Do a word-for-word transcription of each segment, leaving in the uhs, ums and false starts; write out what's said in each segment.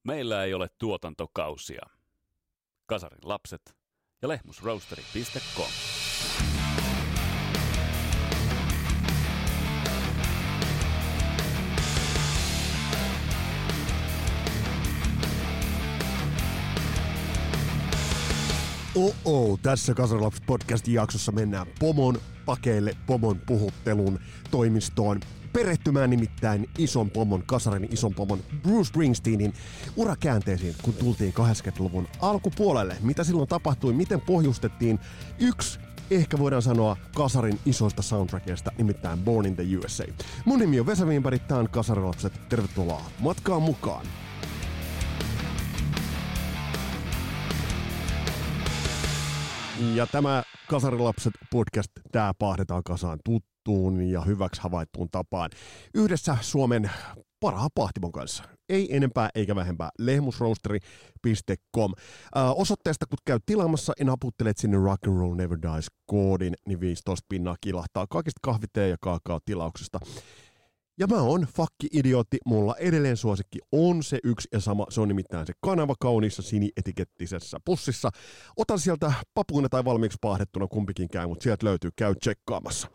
Meillä ei ole tuotantokausia. Kasarin lapset ja lehmusroasteri piste com. Oh-oh, tässä Kasarin lapset podcastin jaksossa mennään pomon pakeille, pomon puhuttelun toimistoon. Perehtymään nimittäin ison pomon, Kasarin ison pomon Bruce Springsteenin urakäänteisiin, kun tultiin kahdeksankymmentäluvun alkupuolelle. Mitä silloin tapahtui, miten pohjustettiin yksi, ehkä voidaan sanoa, Kasarin isoista soundtrackista, nimittäin Born in the U S A. Mun nimi on Vesa Wienberg, tää on Kasarin lapset, tervetuloa matkaan mukaan. Ja tämä Kasarin lapset podcast, tää pahdetaan kasaan tuttuun ja hyväksi havaittuun tapaan yhdessä Suomen parhaan pahtimon kanssa. Ei enempää eikä vähempää, lehmusroasteri piste com. Äh, osoitteesta kun käy tilaamassa ja naputtelet sinne Rock and Roll Never Dies koodin, niin viisitoista pinnaa kilahtaa kaikista kahviteen ja kaakao tilauksesta. Ja mä oon fakki-idiootti, mulla edelleen suosikki on se yksi ja sama, se on nimittäin se kanava kauniissa sinietikettisessä pussissa. Otan sieltä papuina tai valmiiksi paahdettuna, kumpikin käy, mutta sieltä löytyy, käy tsekkaamassa.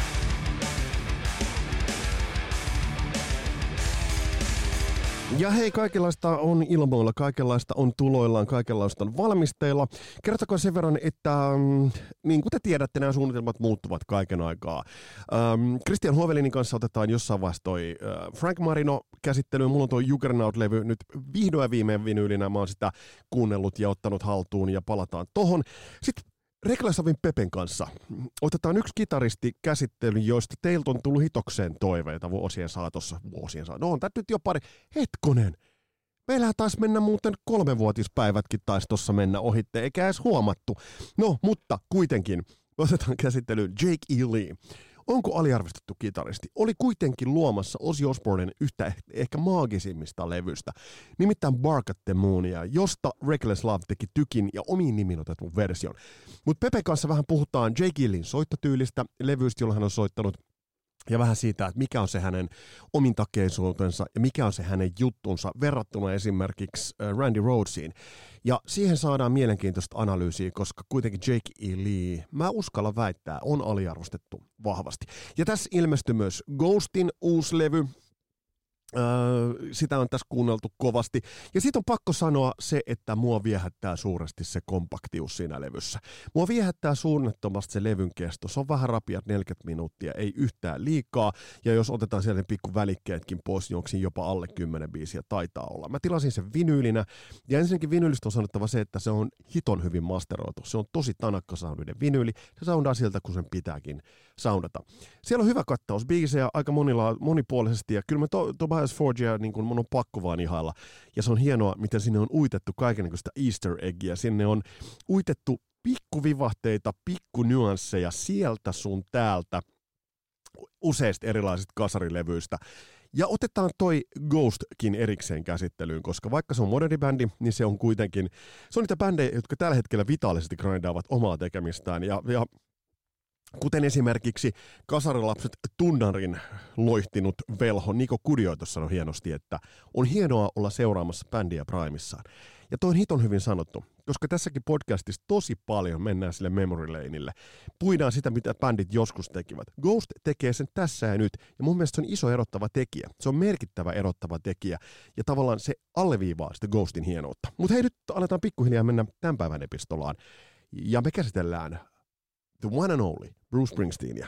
Ja hei, kaikenlaista on ilmoilla, kaikenlaista on tuloillaan, kaikenlaista on valmisteilla. Kertokaa sen verran, että niin kuin te tiedätte, nämä suunnitelmat muuttuvat kaiken aikaa. Ähm, Christian Hovelinin kanssa otetaan jossain vaiheessa toi äh, Frank Marino käsittelyyn. Mulla on toi Juggernaut-levy nyt vihdoin ja viimein vinyylinä. Mä oon sitä kuunnellut ja ottanut haltuun ja palataan tohon. Sitten Reckless-avin Pepen kanssa otetaan yksi kitaristi käsittelyyn, joista teiltä on tullut hitokseen toiveita vuosien saatossa. Vuosien saatossa. No on tää nyt jo pari. Hetkonen. Meillähän taisi mennä muuten kolmevuotispäivätkin taisi tossa mennä ohitte, eikä edes huomattu. No, mutta kuitenkin otetaan käsittelyyn Jake E. Lee. Onko aliarvostettu kitaristi? Oli kuitenkin luomassa Ozzy Osbournen yhtä ehkä maagisimmista levystä, nimittäin Bark at the Moonia, josta Reckless Love teki tykin ja omiin nimiin otetun version. Mutta Pepe kanssa vähän puhutaan Jake E. Leen soittotyylistä, levyistä, jolla hän on soittanut, ja vähän siitä, että mikä on se hänen omintakeisuutensa ja mikä on se hänen juttunsa verrattuna esimerkiksi Randy Rhodesiin. Ja siihen saadaan mielenkiintoista analyysiä, koska kuitenkin Jake E. Lee, mä uskallan väittää, on aliarvostettu vahvasti. Ja tässä ilmestyi myös Ghostin uusi levy. Öö, sitä on tässä kuunneltu kovasti. Ja siitä on pakko sanoa se, että mua viehättää suuresti se kompaktius siinä levyssä. Mua viehättää suunnattomasti se levyn kesto. Se on vähän rapiat neljäkymmentä minuuttia, ei yhtään liikaa. Ja jos otetaan sieltä pikku välikkeetkin pois, niin onko siinä jopa alle kymmenen biisiä taitaa olla. Mä tilasin sen vinyylinä. Ja ensinnäkin vinyylistä on sanottava se, että se on hiton hyvin masteroitu. Se on tosi tanakkasoundinen vinyyli. Se soundaa siltä, kun sen pitääkin soundata. Siellä on hyvä kattaus biisejä aika monilla, monipuolisesti. Ja kyllä mä to, to Forgea, niin kuin mun on pakko vaan ihailla. Ja se on hienoa, miten sinne on uitettu kaikenlaista easter eggiä. Sinne on uitettu pikkuvivahteita, pikkunyansseja sieltä sun täältä useista erilaisista kasarilevyistä. Ja otetaan toi Ghostkin erikseen käsittelyyn, koska vaikka se on moderni bändi, niin se on kuitenkin, se on niitä bändejä, jotka tällä hetkellä vitaalisesti grindaavat omaa tekemistään. Ja, ja kuten esimerkiksi Kasarilapset tunnarin loihtinut velho Niko Kudioitos sanoi hienosti, että on hienoa olla seuraamassa bändiä Primessaan. Ja toi on hiton hyvin sanottu, koska tässäkin podcastissa tosi paljon mennään sille memory laneille. Puidaan sitä, mitä bändit joskus tekivät. Ghost tekee sen tässä ja nyt, ja mun mielestä se on iso erottava tekijä. Se on merkittävä erottava tekijä, ja tavallaan se alleviivaa sitä Ghostin hienoutta. Mutta hei, nyt aletaan pikkuhiljaa mennä tämän päivän epistolaan, ja me käsitellään the one and only Bruce Springsteenia.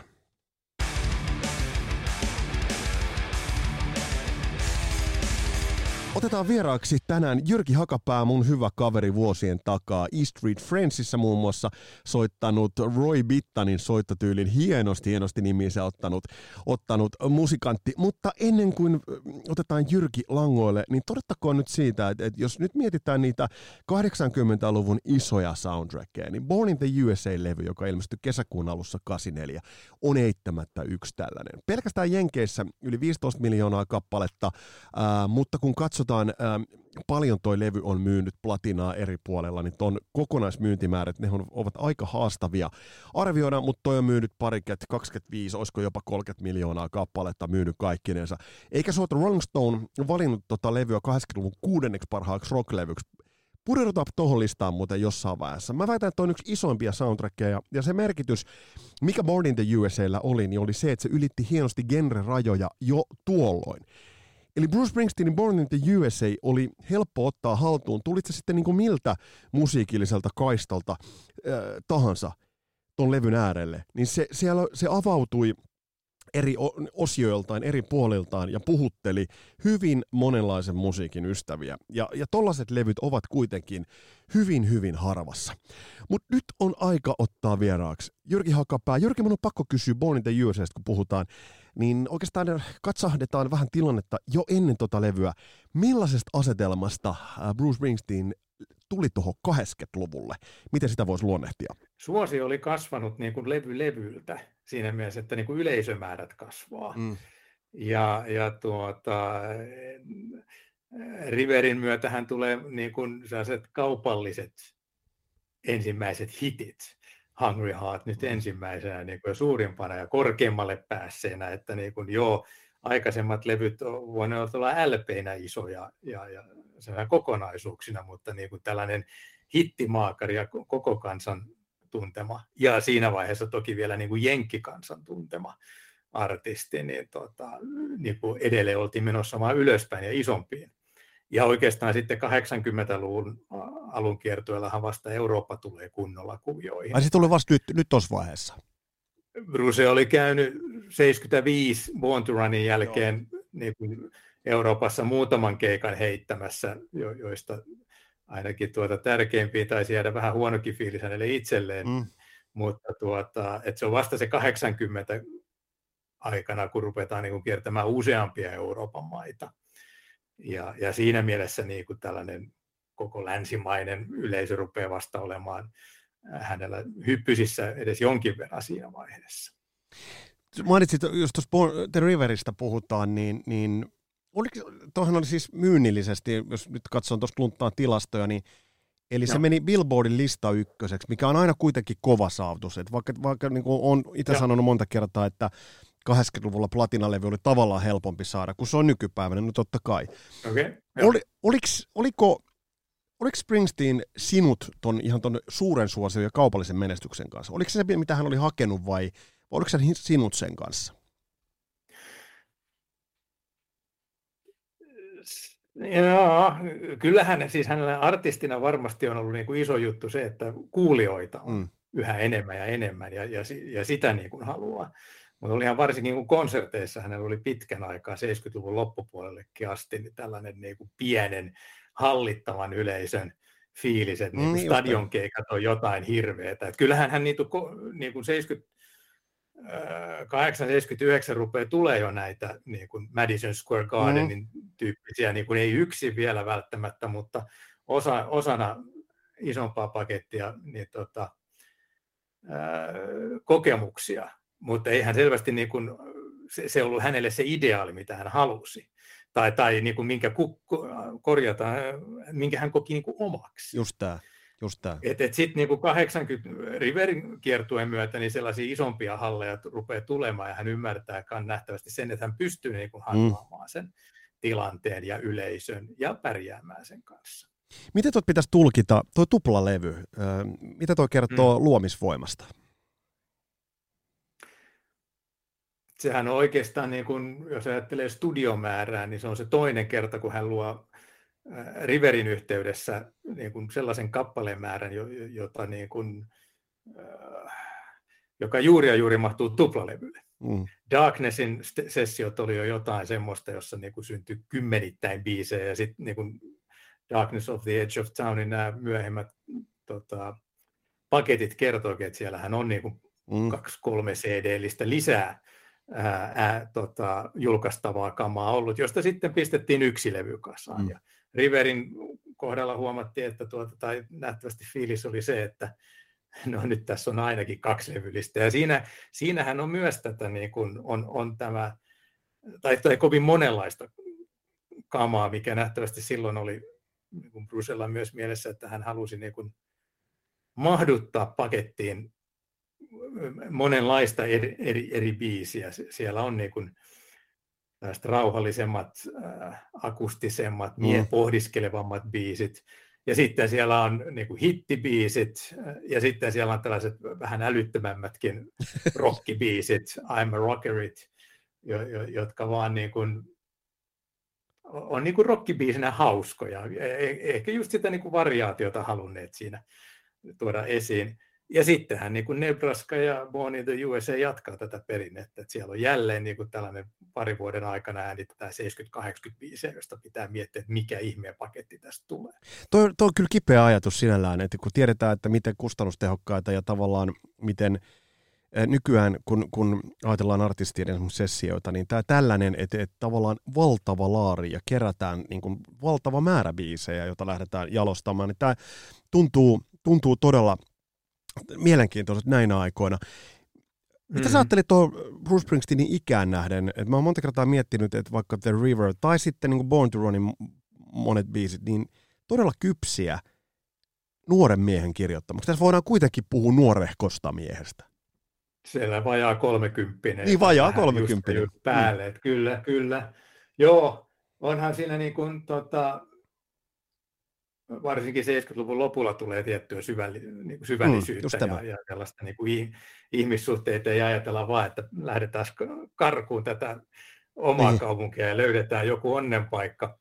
Otetaan vieraaksi tänään Jyrki Hakapää, mun hyvä kaveri vuosien takaa. E Street Friendsissa muun muassa soittanut Roy Bittanin soittotyylin hienosti, hienosti nimiinsä ottanut, ottanut musikantti. Mutta ennen kuin otetaan Jyrki langoille, niin todettakoon nyt siitä, että, että jos nyt mietitään niitä kahdeksankymmentäluvun isoja soundtrackeja, niin Born in the U S A-levy, joka ilmestyi kesäkuun alussa kahdeksankymmentäneljä, on eittämättä yksi tällainen. Pelkästään Jenkeissä yli viisitoista miljoonaa kappaletta, ää, mutta kun katsot katsotaan, ähm, paljon toi levy on myynyt platinaa eri puolella, niin ton kokonaismyyntimäärät, ne on, ovat aika haastavia arvioida, mutta toi on myynyt pariket, kaksikymmentäviisi, olisiko jopa kolmekymmentä miljoonaa kappaletta myynyt kaikkinensa. Eikä se ole, että Rolling Stone on valinnut tota levyä kahdeksankymmentäluvun kuudenneksi parhaaksi rocklevyksi. Pureudutaan tuohon listaan muuten jossain vaiheessa. Mä väitän, että on yksi isoimpia soundtrackeja, ja se merkitys, mikä Born in the U S A:llä oli, niin oli se, että se ylitti hienosti genre-rajoja jo tuolloin. Eli Bruce Springsteenin Born in the U S A oli helppo ottaa haltuun. Tulit se sitten niin kuin miltä musiikilliselta kaistalta äh, tahansa ton levyn äärelle, niin se, siellä, se avautui eri osioiltaan, eri puoliltaan ja puhutteli hyvin monenlaisen musiikin ystäviä. Ja, ja tollaiset levyt ovat kuitenkin hyvin, hyvin harvassa. Mutta nyt on aika ottaa vieraaksi Jyrki Hakapää. Jyrki, minun on pakko kysyä Born in the U S A:sta, kun puhutaan, niin oikeastaan katsahdetaan vähän tilannetta jo ennen tota levyä. Millaisesta asetelmasta Bruce Springsteen tuli tuohon kahdeksankymmentäluvulle? Miten sitä voisi luonnehtia? Suosio oli kasvanut niin kuin levy levyltä siinä mielessä, että niin kuin yleisömäärät kasvaa. Mm. Ja, ja tuota, Riverin myötähän tulee niin kuin sellaiset kaupalliset ensimmäiset hitit. Hungry Heart nyt ensimmäisenä niin kuin suurimpana ja korkeammalle päässeenä, että niin kuin, joo, aikaisemmat levyt voivat olla L P:nä isoja ja, ja kokonaisuuksina, mutta niin kuin tällainen hittimaakari ja koko kansan tuntema, ja siinä vaiheessa toki vielä niin kuin jenkkikansan tuntema artisti, niin, tota, niin kuin edelleen oltiin menossa vaan ylöspäin ja isompiin. Ja oikeastaan sitten kahdeksankymmentäluvun alun kiertueellahan vasta Eurooppa tulee kunnolla kuvioihin. Ai se tuli vasta nyt, nyt tuossa vaiheessa? Bruce oli käynyt seitsemänkymmentäviisi Born to Runin jälkeen niin kuin Euroopassa muutaman keikan heittämässä, jo, joista ainakin tuota tärkeimpiä taisi jäädä vähän huonokin fiilis hänelle itselleen, mm. mutta tuota, että se on vasta se kahdeksankymmentä aikana, kun ruvetaan niin kuin kiertämään useampia Euroopan maita. Ja, ja siinä mielessä niin kuin tällainen koko länsimainen yleisö rupeaa vasta olemaan hänellä hyppysissä edes jonkin verran siinä vaiheessa. Mainitsit, jos tuossa The Riveristä puhutaan, niin, niin tuohan oli siis myynnillisesti, jos nyt katson tuossa klunttaan tilastoja, niin eli se Joo. meni Billboardin lista ykköseksi, mikä on aina kuitenkin kova saavutus. Et vaikka vaikka niin kuin olen itse sanonut monta kertaa, että kahdeksankymmentäluvulla platinalevy oli tavallaan helpompi saada, kun se on nykypäivänä, no totta kai. Okay. Oli, oliks, oliko, oliko Springsteen sinut ton, ihan ton suuren suosion ja kaupallisen menestyksen kanssa? Oliko se se, mitä hän oli hakenut vai oliko se sinut sen kanssa? Joo, kyllähän siis hänellä artistina varmasti on ollut niin kuin iso juttu se, että kuulijoita on mm. yhä enemmän ja enemmän ja, ja, ja sitä niin kuin haluaa. Mutta olihan varsinkin niin kuin konserteissa hänellä oli pitkän aikaa seitsemänkymmentäluvun loppupuolellekin asti niin tällainen niin kuin pienen hallittavan yleisön fiilis, että niin niin stadionkeikat on jotain hirveätä. Et kyllähän hän niin kuin, niin kuin seitsemänkymmentäkahdeksan seitsemänkymmentäyhdeksän rupeaa tulee jo näitä niin kuin Madison Square Gardenin mm. tyyppisiä, niin kuin ei yksin vielä välttämättä, mutta osa, osana isompaa pakettia niin tota, ää, kokemuksia. Mutta eihän selvästi niin kuin, se, se ollut hänelle se ideaali, mitä hän halusi. Tai, tai niin kuin minkä ku, korjata, minkä hän koki niin kuin omaksi. Just tämä. Just tämä. Et, et sitten niin kuin kahdeksankymmentä Riverin kiertueen myötä niin sellaisia isompia halleja rupeaa tulemaan, ja hän ymmärtää nähtävästi sen, että hän pystyy niin kuin handlaamaan mm. sen tilanteen ja yleisön ja pärjäämään sen kanssa. Miten tuot pitäisi tulkita, tuo tuplalevy, mitä tuo kertoo mm. luomisvoimasta? Sehän on oikeastaan, niin kun, jos ajattelee studiomäärää, niin se on se toinen kerta, kun hän luo Riverin yhteydessä niin kun sellaisen kappaleen määrän, jota niin kun, joka juuri ja juuri mahtuu tuplalevylle. Mm. Darknessin sessiot oli jo jotain semmoista, jossa niin kun syntyi kymmenittäin biisejä, ja sitten niin kun Darkness of the Edge of Townin nämä myöhemmät tota, paketit kertookin, että siellähän on niin kun mm. kaksi kolme C D-listä lisää Ää, ää, tota, julkaistavaa kamaa ollut, josta sitten pistettiin yksi levy kasaan. Mm. Ja Riverin kohdalla huomattiin, että tuota, tai nähtävästi fiilis oli se, että no nyt tässä on ainakin kaksi levyllistä. Ja siinä, siinähän on myös tätä, niin kun on, on tämä, tai, tai kovin monenlaista kamaa, mikä nähtävästi silloin oli niin kuin Brucella myös mielessä, että hän halusi niin kuin mahduttaa pakettiin monenlaista eri, eri, eri biisiä. Siellä on niin kuin rauhallisemmat, äh, akustisemmat, mm. pohdiskelevammat biisit. Ja sitten siellä on niin kuin hittibiisit, ja sitten siellä on tällaiset vähän älyttömämmätkin rockibiisit, I'm a Rockerit, jo, jo, jotka vaan niin kuin, on niin kuin rockibiisinä hauskoja. Ehkä just sitä niin kuin variaatiota halunneet siinä tuoda esiin. Ja sittenhän niin kuin Nebraska ja Born in the U S A jatkaa tätä perinnettä, että siellä on jälleen niin kuin tällainen pari vuoden aikana äänitetään seitsemänkymmentä kahdeksankymmentä biisejä, josta pitää miettiä, että mikä ihmeen paketti tästä tulee. Tuo, tuo on kyllä kipeä ajatus sinällään, että kun tiedetään, että miten kustannustehokkaita ja tavallaan miten nykyään, kun, kun ajatellaan artistien sessioita, niin tämä tällainen, että, että tavallaan valtava laari ja kerätään niin kuin valtava määrä biisejä, jota lähdetään jalostamaan, niin tämä tuntuu, tuntuu todella mielenkiintoiset näinä aikoina. Mitä mm. sä ajattelit tuohon Bruce Springsteenin ikään nähden? Et mä oon monta kertaa miettinyt, että vaikka The River tai sitten niin kuin Born to Runin monet biisit, niin todella kypsiä nuoren miehen kirjoittamaksi. Tässä voidaan kuitenkin puhua nuorehkosta miehestä. Siellä vajaa kolmekymppinen. Niin vajaa kolmekymppinen. Just, just päälle, mm. kyllä, kyllä. Joo, onhan siinä niin kuin tota... varsinkin seitsemänkymmentäluvun lopulla tulee tiettyä syvälli, niin kuin syvällisyyttä mm, ja, ja tällaista niin kuin ihmissuhteita ei ajatella vaan, että lähdetään karkuun tätä omaa mm. kaupunkia ja löydetään joku onnenpaikka.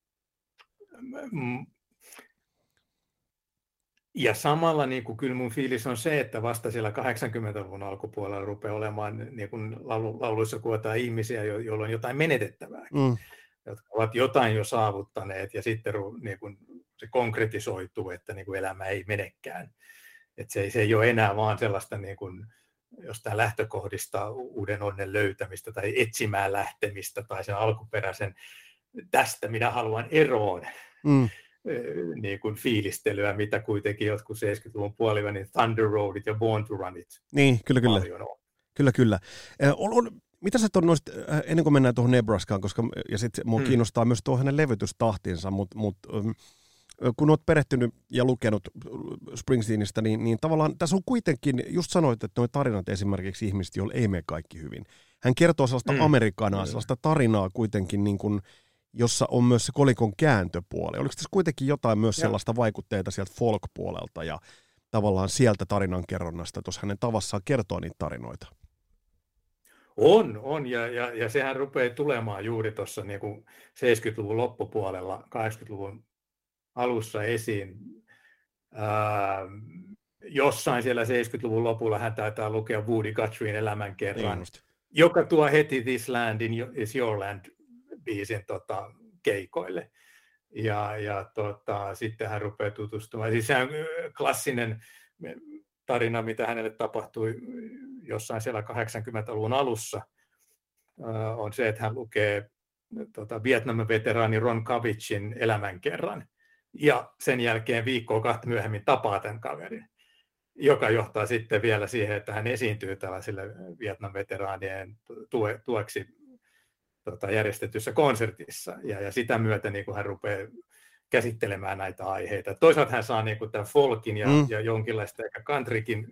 Ja samalla niin kuin kyllä mun fiilis on se, että vasta siellä kahdeksankymmentäluvun alkupuolella rupeaa olemaan niin kuin laulu, lauluissa kuvataan ihmisiä, joilla on jotain menetettävää, mm. jotka ovat jotain jo saavuttaneet ja sitten niin kuin se konkretisoituu, että niin kuin elämä ei menekään. Että se, se ei ole enää vaan sellaista niin kuin jostain lähtökohdista uuden onnen löytämistä tai etsimään lähtemistä tai sen alkuperäisen tästä minä haluan eroon mm. niin kuin fiilistelyä, mitä kuitenkin jotkut seitsemänkymmentäluvun puolivälin Thunder Roadit ja Born to Runit niin, kyllä, kyllä. on. Kyllä, kyllä. On, on, mitä sä noista, ennen kuin mennään tuohon Nebraskaan, koska ja sitten mua hmm. kiinnostaa myös tuo hänen levytystahtinsa, mutta mut, kun olet perehtynyt ja lukenut Springsteenistä, niin, niin tavallaan tässä on kuitenkin, just sanoit, että nuo tarinat esimerkiksi ihmiset, joilla ei mene kaikki hyvin. Hän kertoo sellaista mm. amerikanaa, sellaista tarinaa kuitenkin, niin kuin, jossa on myös se kolikon kääntöpuoli. Oliko tässä kuitenkin jotain myös ja. sellaista vaikutteita sieltä folk-puolelta ja tavallaan sieltä tarinankerronnasta, tuossa hänen tavassaan kertoo niitä tarinoita? On, on, ja, ja, ja sehän rupeaa tulemaan juuri tuossa niin kuin seitsemänkymmentäluvun loppupuolella, kahdeksankymmentäluvun alussa esiin. Ää, jossain siellä seitsemänkymmentäluvun lopulla hän taitaa lukea Woody Guthrien Elämänkerran, joka tuo heti This Land is Your Land -biisin tota, keikoille. Ja, ja tota, sitten hän rupeaa tutustumaan. Siis se on klassinen tarina, mitä hänelle tapahtui jossain siellä kahdeksankymmentäluvun alussa, on se, että hän lukee tota, Vietnamin veteraani Ron Kavicin Elämänkerran. Ja sen jälkeen viikkoa kahta myöhemmin tapaa tämän kaverin, joka johtaa sitten vielä siihen, että hän esiintyy tällaisille Vietnamin veteraanien tue, tueksi tota, järjestetyssä konsertissa. Ja, ja sitä myötä niin hän rupeaa käsittelemään näitä aiheita. Toisaalta hän saa niin kuin tämän folkin ja, mm. ja jonkinlaista ehkä countrykin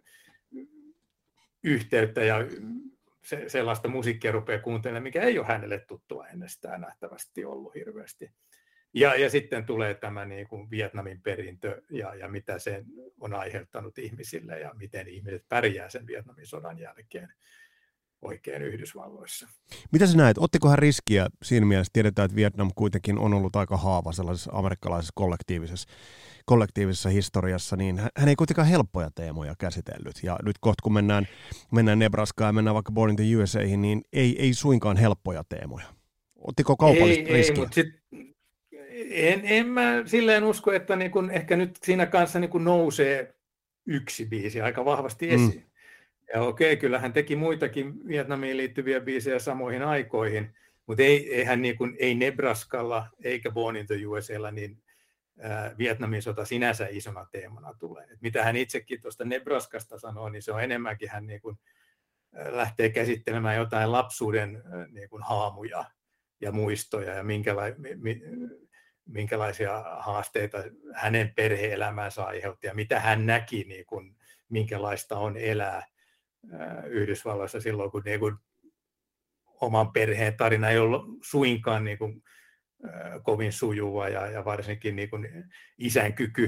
yhteyttä ja se, sellaista musiikkia rupeaa kuuntelemaan, mikä ei ole hänelle tuttua ennestään nähtävästi ollut hirveästi. Ja, ja sitten tulee tämä niin kuin Vietnamin perintö ja, ja mitä se on aiheuttanut ihmisille ja miten ihmiset pärjää sen Vietnamin sodan jälkeen oikein Yhdysvalloissa. Mitä sä näet? Ottikohan riskiä siinä mielessä? Tiedetään, että Vietnam kuitenkin on ollut aika haava sellaisessa amerikkalaisessa kollektiivisessa, kollektiivisessa historiassa, niin hän ei kuitenkaan helppoja teemoja käsitellyt. Ja nyt kohta kun mennään, mennään Nebraskaan ja mennään vaikka Born in the U S A:hin, niin ei, ei suinkaan helppoja teemoja. Ottiko kaupallista ei, riskiä? Ei, mutta sit, en, en mä silleen usko, että niin kun ehkä nyt siinä kanssa niin kun nousee yksi biisi aika vahvasti esiin. Mm. Ja okei, kyllä hän teki muitakin Vietnamiin liittyviä biisejä samoihin aikoihin, mutta ei, eihän niin kuin, ei Nebraskalla eikä Born in the U S A:lla niin ää, Vietnamin sota sinänsä isona teemana tulee. Et mitä hän itsekin tuosta Nebraskasta sanoo, niin se on enemmänkin hän niin kuin, ää, lähtee käsittelemään jotain lapsuuden ää, niin kuin haamuja ja muistoja ja minkäla- mi- minkälaisia haasteita hänen perhe-elämänsä aiheutti ja mitä hän näki, niin kuin, minkälaista on elää Yhdysvalloissa silloin, kun niin kuin oman perheen tarina ei ollut suinkaan niin kuin, äh, kovin sujuva ja, ja varsinkin niin kuin isän kyky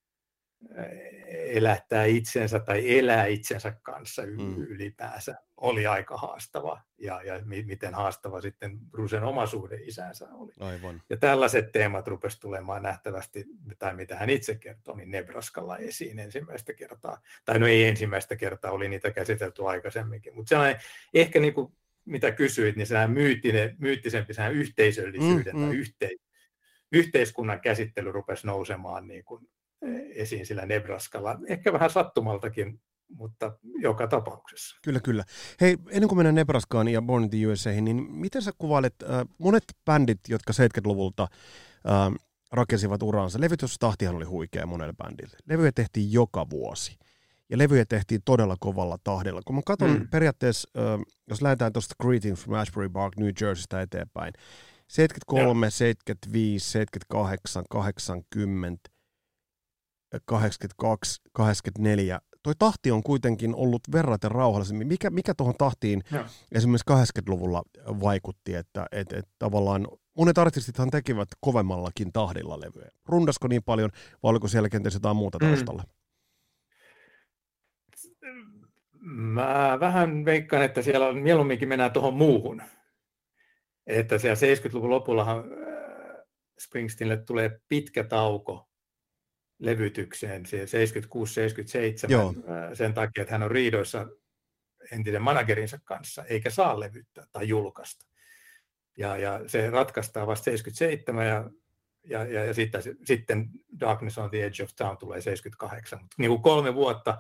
elättää itsensä tai elää itsensä kanssa Mm. ylipäänsä oli aika haastava ja, ja miten haastava sitten Brucen oma suhde isänsä oli. Aivan. Ja tällaiset teemat rupesi tulemaan nähtävästi, tai mitä hän itse kertoi, niin Nebraskalla esiin ensimmäistä kertaa. Tai no ei ensimmäistä kertaa, oli niitä käsitelty aikaisemminkin, mutta sellainen ehkä niin kuin mitä kysyit, niin sehän myyttinen, myyttisempi sehän yhteisöllisyyden mm, tai mm. Yhteis, yhteiskunnan käsittely rupesi nousemaan niin kuin esiin sillä Nebraskalla. Ehkä vähän sattumaltakin, mutta joka tapauksessa. Kyllä, kyllä. Hei, ennen kuin mennään Nebraskaan ja Born in the U S A:hin, niin miten sä kuvailet äh, monet bändit, jotka seitsemänkymmentäluvulta äh, rakensivat uransa, levytystahtihan oli huikea monelle bändille. Levyjä tehtiin joka vuosi. Ja levyjä tehtiin todella kovalla tahdilla. Kun mä katson mm. periaatteessa, äh, jos lähdetään tuosta Greetings from Ashbury Park, New Jerseystä eteenpäin, seitsemänkymmentäkolme, ja. seitsemänkymmentäviisi, seitsemänkymmentäkahdeksan, kahdeksankymmentä, kahdeksankymmentäkaksi, kahdeksankymmentäneljä. Toi tahti on kuitenkin ollut verraten rauhallisemmin. Mikä, mikä tuohon tahtiin ja. esimerkiksi kahdeksankymmentäluvulla vaikutti, että et, et tavallaan monet artistithan tekivät kovemmallakin tahdilla levyjä. Rundasko niin paljon, vai oliko siellä kenties jotain muuta taustalla? Mm. Mä vähän veikkaan, että siellä on, mieluumminkin mennään tuohon muuhun. Että siellä seitsemänkymmentäluvun lopullahan Springsteenille tulee pitkä tauko levytykseen, seitsemänkymmentäkuusi seitsemänkymmentäseitsemän, Joo. sen takia, että hän on riidoissa entisen managerinsa kanssa, eikä saa levyttää tai julkaista. Ja, ja se ratkaistaan vasta seitsemänkymmentäseitsemän, ja, ja, ja, ja sitten, sitten Darkness on the Edge of Town tulee seitsemänkymmentäkahdeksan. Mutta niin kuin kolme vuotta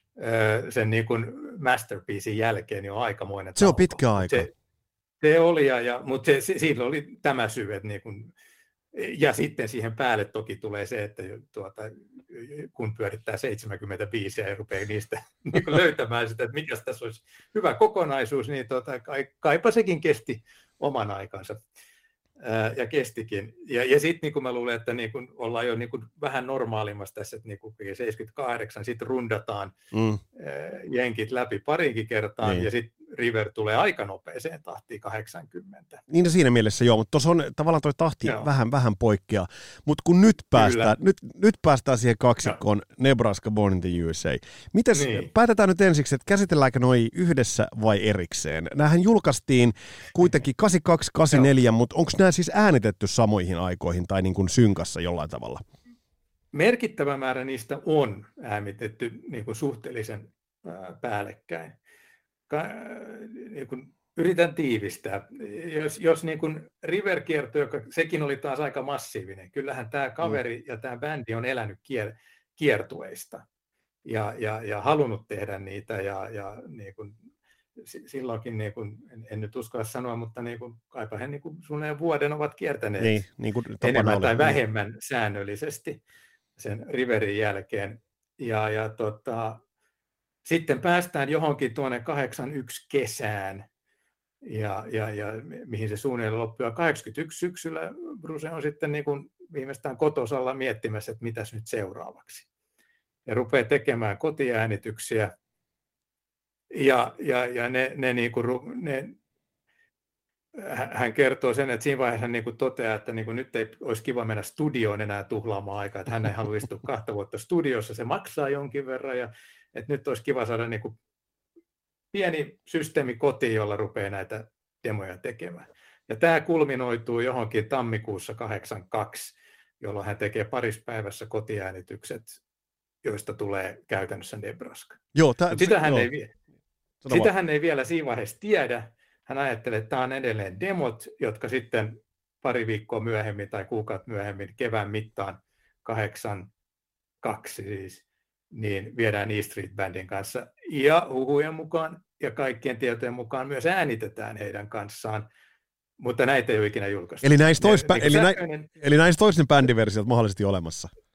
sen niin kuin masterpiecein jälkeen niin on aikamoinen Se tauko. On pitkä aika. Se, se oli, ja, ja, mutta se, se, siinä oli tämä syy, että niin kuin, ja sitten siihen päälle toki tulee se, että tuota, kun pyörittää seitsemänkymmentäviisi ja rupeaa niistä niin löytämään sitä, että mikä tässä olisi hyvä kokonaisuus, niin tuota, kaipa sekin kesti oman aikansa. Ää, ja kestikin. Ja, ja sitten niin mä luulen, että niin kun ollaan jo niin kun vähän normaalimmassa tässä, että niin kun seitsemänkymmentäkahdeksan sitten rundataan mm. ää, jenkit läpi parinkin kertaan, niin. Ja sitten River tulee aika nopeeseen tahtiin kahdeksankymmentä. Niin siinä mielessä joo, mutta tuossa on tavallaan tuo tahti joo. vähän, vähän poikkeaa. Mutta kun nyt päästään, nyt, nyt päästään siihen kaksikkoon joo. Nebraska Born in the U S A. Mites, niin. Päätetään nyt ensiksi, että käsitelläänkö noi yhdessä vai erikseen? Nämähän julkaistiin kuitenkin kahdeksankymmentäkaksi kahdeksankymmentäneljä, mutta onko nämä siis äänitetty samoihin aikoihin tai niin kuin synkassa jollain tavalla? Merkittävä määrä niistä on äänitetty niin kuin suhteellisen ää, päällekkäin. Ka, niin kuin yritän tiivistää. Jos, jos niin kuin River-kierto, joka sekin oli taas aika massiivinen, kyllähän tämä kaveri mm. ja tämä bändi on elänyt kier, kiertueista ja, ja, ja halunnut tehdä niitä ja, ja niin kuin, silloinkin, niin kuin, en, en nyt uskalla sanoa, mutta niin kuin, kaipa he niin kuin suunnilleen vuoden ovat kiertäneet niin, niin kuin enemmän oli. Tai vähemmän niin. Säännöllisesti sen Riverin jälkeen. Ja, ja tota, sitten päästään johonkin tuonne kahdeksankymmentäyksi kesään, ja, ja, ja mihin se suunnilleen loppui. Ja kahdeksankymmentäyksi syksyllä Bruce on sitten niin kuin viimeistään kotosalla miettimässä, että mitäs nyt seuraavaksi. Ja rupeaa tekemään kotiäänityksiä. Ja, ja, ja ne, ne, niin kuin, ne, hän kertoo sen, että siinä vaiheessa hän niin kuin toteaa, että niin kuin nyt ei olisi kiva mennä studioon enää tuhlaamaan aikaa, että hän ei halua istua kahta vuotta studiossa, se maksaa jonkin verran, ja että nyt olisi kiva saada niin kuin pieni systeemi kotiin, jolla rupeaa näitä demoja tekemään. Ja tämä kulminoituu johonkin tammikuussa kahdeksankymmentäkaksi, jolloin hän tekee parissa päivässä kotiäänitykset, joista tulee käytännössä Nebraska. Joo, tä, sitä hän, joo. Ei, sitä hän ei vielä siinä vaiheessa tiedä. Hän ajattelee, että tämä on edelleen demot, jotka sitten pari viikkoa myöhemmin tai kuukautta myöhemmin kevään mittaan kahdeksankymmentäkaksi siis, niin viedään E Street Bandin kanssa ja huhujen mukaan ja kaikkien tietojen mukaan myös äänitetään heidän kanssaan, mutta näitä ei ole ikinä julkaistu. Eli näistä olisi, ne, eli, sähköinen... eli näistä olisi ne bändiversiot mahdollisesti olemassa?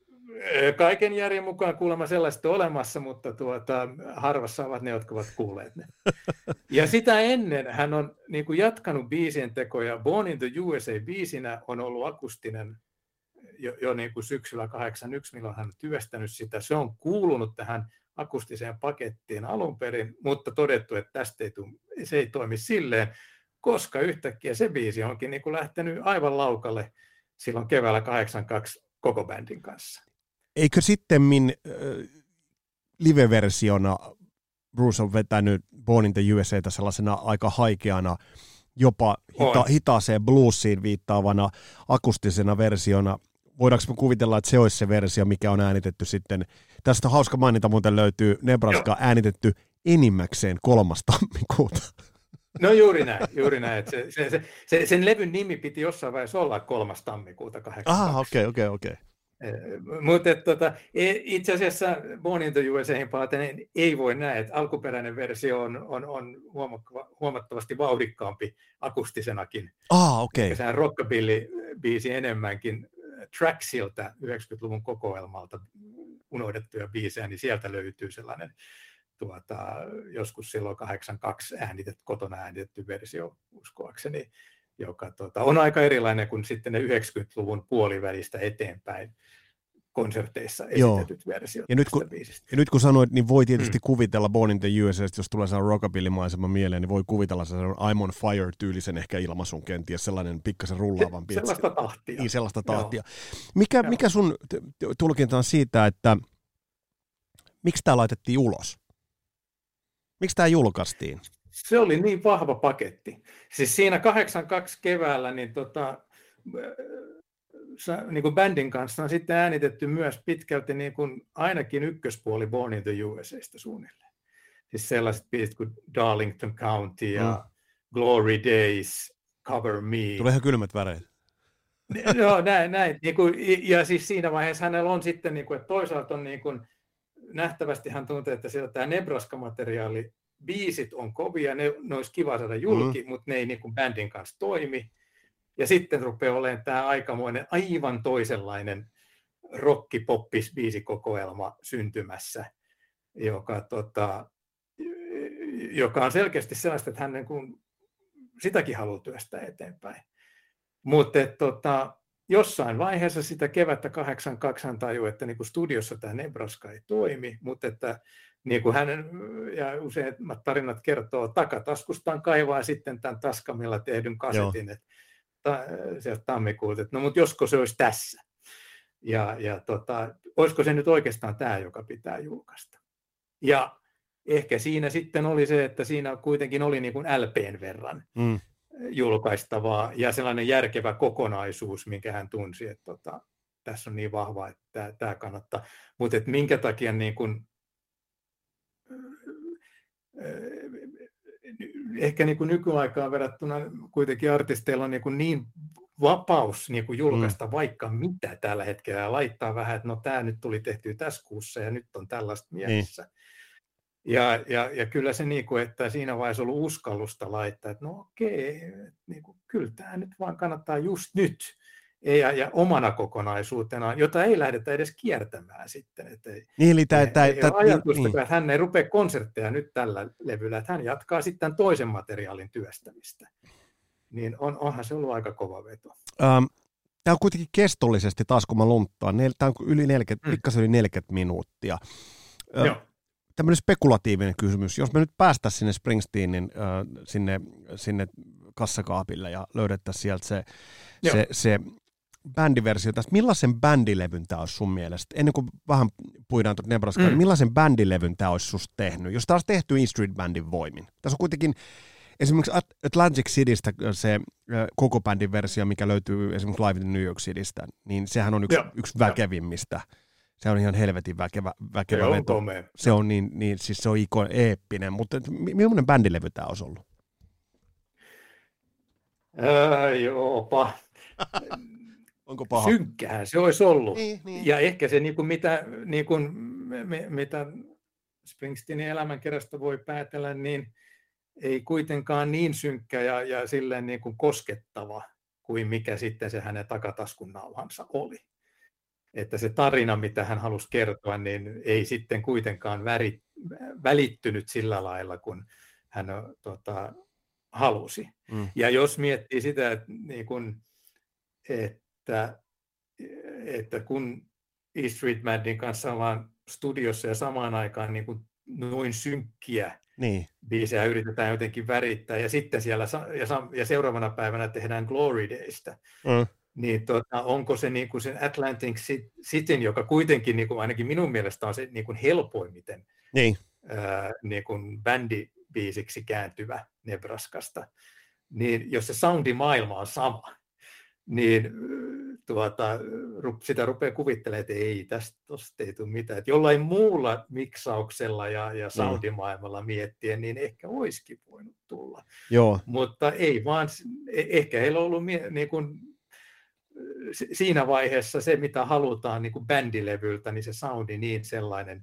Kaiken järjen mukaan kuulemma sellaista olemassa, mutta tuota, harvassa ovat ne, jotka ovat kuulleet ne. Ja sitä ennen hän on niin kuin jatkanut biisien tekoja. Born in the U S A-biisinä on ollut akustinen jo, jo niin kuin syksyllä kahdeksankymmentäyksi, milloin hän on työstänyt sitä. Se on kuulunut tähän akustiseen pakettiin alun perin, mutta todettu, että tästä ei tule, se ei toimi silleen, koska yhtäkkiä se biisi onkin niin kuin lähtenyt aivan laukalle silloin keväällä kahdeksankymmentäkaksi koko bändin kanssa. Eikö sittemmin äh, live-versiona Bruce on vetänyt Born in the U S A:tä sellaisena aika haikeana, jopa hita- hitaaseen bluesiin viittaavana akustisena versiona. Voidaanko me kuvitella, että se olisi se versio, mikä on äänitetty sitten? Tästä hauska maininta muuten löytyy Nebraska Joo. äänitetty enimmäkseen kolmas tammikuuta. No juuri näin, juuri näin. Se, se, se, se, sen levyn nimi piti jossain vaiheessa olla kolmas tammikuuta kahdeksankymmentäkaksi. Ah, okei, okei, okei. Mutta tota, itse asiassa Born in the U S A:hin palaten ei voi näin, että alkuperäinen versio on, on, on huomattavasti vauhdikkaampi akustisenakin. Ah, okei. Okay. Sehän rockabilly-biisi enemmänkin Tracksilta yhdeksänkymmentäluvun kokoelmalta unohdettuja biisejä, niin sieltä löytyy sellainen tuota, joskus silloin kahdeksankymmentäkaksi äänitetty, kotona äänitetty versio uskoakseni, joka tuota, on aika erilainen kuin sitten ne yhdeksänkymmentäluvun puolivälistä eteenpäin konserteissa esitetyt Joo. versiot ja nyt, kun, ja nyt kun sanoit, niin voi tietysti mm. kuvitella Born in the U S A, jos tulee sellainen rockabilly-maisema mieleen, niin voi kuvitella sellainen I'm on fire-tyylisen ehkä ilmaisun kenties, sellainen pikkasen rullaavampi. Se, sellaista tahtia. Niin, sellaista tahtia. Mikä, mikä sun tulkinta on siitä, että miksi tämä laitettiin ulos? Miksi tämä julkaistiin? Se oli niin vahva paketti. Siis siinä kahdeksankymmentäkaksi keväällä niin tota, niin kuin bändin kanssa on sitten äänitetty myös pitkälti niin kuin ainakin ykköspuoli Born in the U S A:sta suunnilleen. Siis sellaiset biisit kuin Darlington County ja mm. Glory Days, Cover Me. Tulee ihan kylmät väreet. Joo, näin. näin. Niin kuin, ja siis siinä vaiheessa hänellä on sitten, niin kuin, että toisaalta on niin kuin, nähtävästi hän tuntee, että siellä tämä Nebraska-materiaali, biisit on kovia, ne, ne olisi kiva saada julki, mm. mutta ne ei niin kuin bändin kanssa toimi. Ja sitten rupeaa olemaan tämä aikamoinen aivan toisenlainen rocki-poppis-biisikokoelma syntymässä, joka, tota, joka on selkeästi sellaista, että hän niin kuin sitäkin haluaa työstää eteenpäin. Mutta tota, jossain vaiheessa sitä kevättä kahdeksankymmentäkaksi hän tajui, että niin kuin studiossa tämä Nebraska ei toimi, mutta että niin kuin hänen ja useimmat tarinat kertoo, takataskustaan kaivaa sitten tämän taskamilla tehdyn kasetin, että ta, sieltä tammikuulta, että no mutta josko se olisi tässä. Ja, ja tota, olisiko se nyt oikeastaan tämä, joka pitää julkaista. Ja ehkä siinä sitten oli se, että siinä kuitenkin oli niin kuin L P:n verran mm. julkaistavaa ja sellainen järkevä kokonaisuus, minkä hän tunsi, että tota, tässä on niin vahva, että tämä, tämä kannattaa. Mutta että minkä takia niin kuin ehkä niin kuin nykyaikaan verrattuna kuitenkin artisteilla on niin, kuin niin vapaus niin kuin julkaista mm. vaikka mitä tällä hetkellä ja laittaa vähän, että no tämä nyt tuli tehtyä tässä kuussa ja nyt on tällaista mielessä. Mm. Ja, ja, ja kyllä se, niin kuin, että siinä vaiheessa on ollut uskallusta laittaa, että no okei, niin kuin, kyllä tämä nyt vaan kannattaa just nyt. Ja, ja omana kokonaisuutena, jota ei lähdetä edes kiertämään sitten. Että ei, niin, eli tämä, tämä, ei tämä, ole ajatusta, niin. että hän ei rupea konsertteja nyt tällä levyllä, että hän jatkaa sitten toisen materiaalin työstämistä. Niin on, onhan se ollut aika kova veto. Ähm, tämä on kuitenkin kestollisesti taas, kun mä lunttaan. Tämä on yli neljäkymmentä, mm. pikkasen yli neljäkymmentä minuuttia. Äh, Joo. Tämmöinen spekulatiivinen kysymys. Jos me nyt päästäisiin sinne Springsteenin äh, sinne, sinne kassakaapille ja löydettäisiin sieltä se, se, se bändiversio tästä, millaisen bändilevyn tämä olisi sun mielestä? Ennen kuin vähän puidaan tuota Nebraskaa, mm. niin millaisen bändilevyn tämä olisi susta tehnyt? Jos tämä olisi tehty E Street Bandin voimin. Tässä on kuitenkin esimerkiksi Atlantic Citystä se koko bändin versio, mikä löytyy esimerkiksi Live in New York Citystä, niin sehän on yksi, yksi väkevimmistä. Se on ihan helvetin väkevä, väkevä se veto. On se on niin, niin siis se on ikon eeppinen, mutta millainen bändilevy tämä olisi ollut? Ää, joopa. Onko paha? Synkkäähän se olisi ollut. Niin, niin. Ja ehkä se, niin kuin mitä, niin kuin, mitä Springsteenin elämänkerrasta voi päätellä, niin ei kuitenkaan niin synkkä ja, ja silleen niin kuin koskettava kuin mikä sitten se hänen takataskun nauhansa oli. että se tarina, mitä hän halusi kertoa, niin ei sitten kuitenkaan väri, välittynyt sillä lailla, kun hän tota, halusi. Mm. Ja jos miettii sitä, että, niin kun, että, että kun E Street Madin kanssa ollaan studiossa ja samaan aikaan niin kun noin synkkiä niin. biisejä yritetään jotenkin värittää, ja sitten siellä ja, ja seuraavana päivänä tehdään Glory Daysta, mm. niin tota, onko se niin kuin sen Atlantic Cityn, joka kuitenkin niin kuin ainakin minun mielestä on se niin kuin helpoimmiten niin. ää, niin kuin bändibiisiksi kääntyvä Nebraskasta, niin jos se soundimaailma on sama, niin tuota, sitä rupeaa kuvittelemaan, että ei, tästä tosta ei tule mitään. Että jollain muulla miksauksella ja, ja soundimaailmalla miettien, niin ehkä olisikin voinut tulla. Joo. Mutta ei vaan, ehkä heillä on ollut niin kuin, siinä vaiheessa se, mitä halutaan niin kuin bändilevyltä, niin se soundi niin sellainen,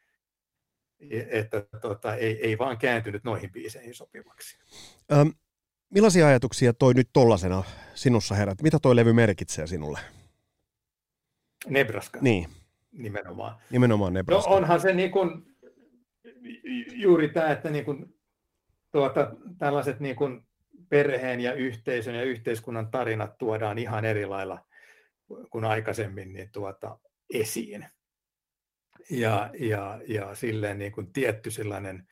että tota, ei, ei vaan kääntynyt noihin biiseihin sopivaksi. Um. Millaisia ajatuksia toi nyt tollasena sinussa herät? Mitä toi levy merkitsee sinulle? Nebraska. Niin. Nimenomaan. Nimenomaan Nebraska. No onhan se niin kuin, juuri tämä, että niin kuin, tuota, tällaiset niin kuin perheen ja yhteisön ja yhteiskunnan tarinat tuodaan ihan eri lailla kuin aikaisemmin niin tuota, esiin. Ja, ja, ja silleen niin kuin tietty sellainen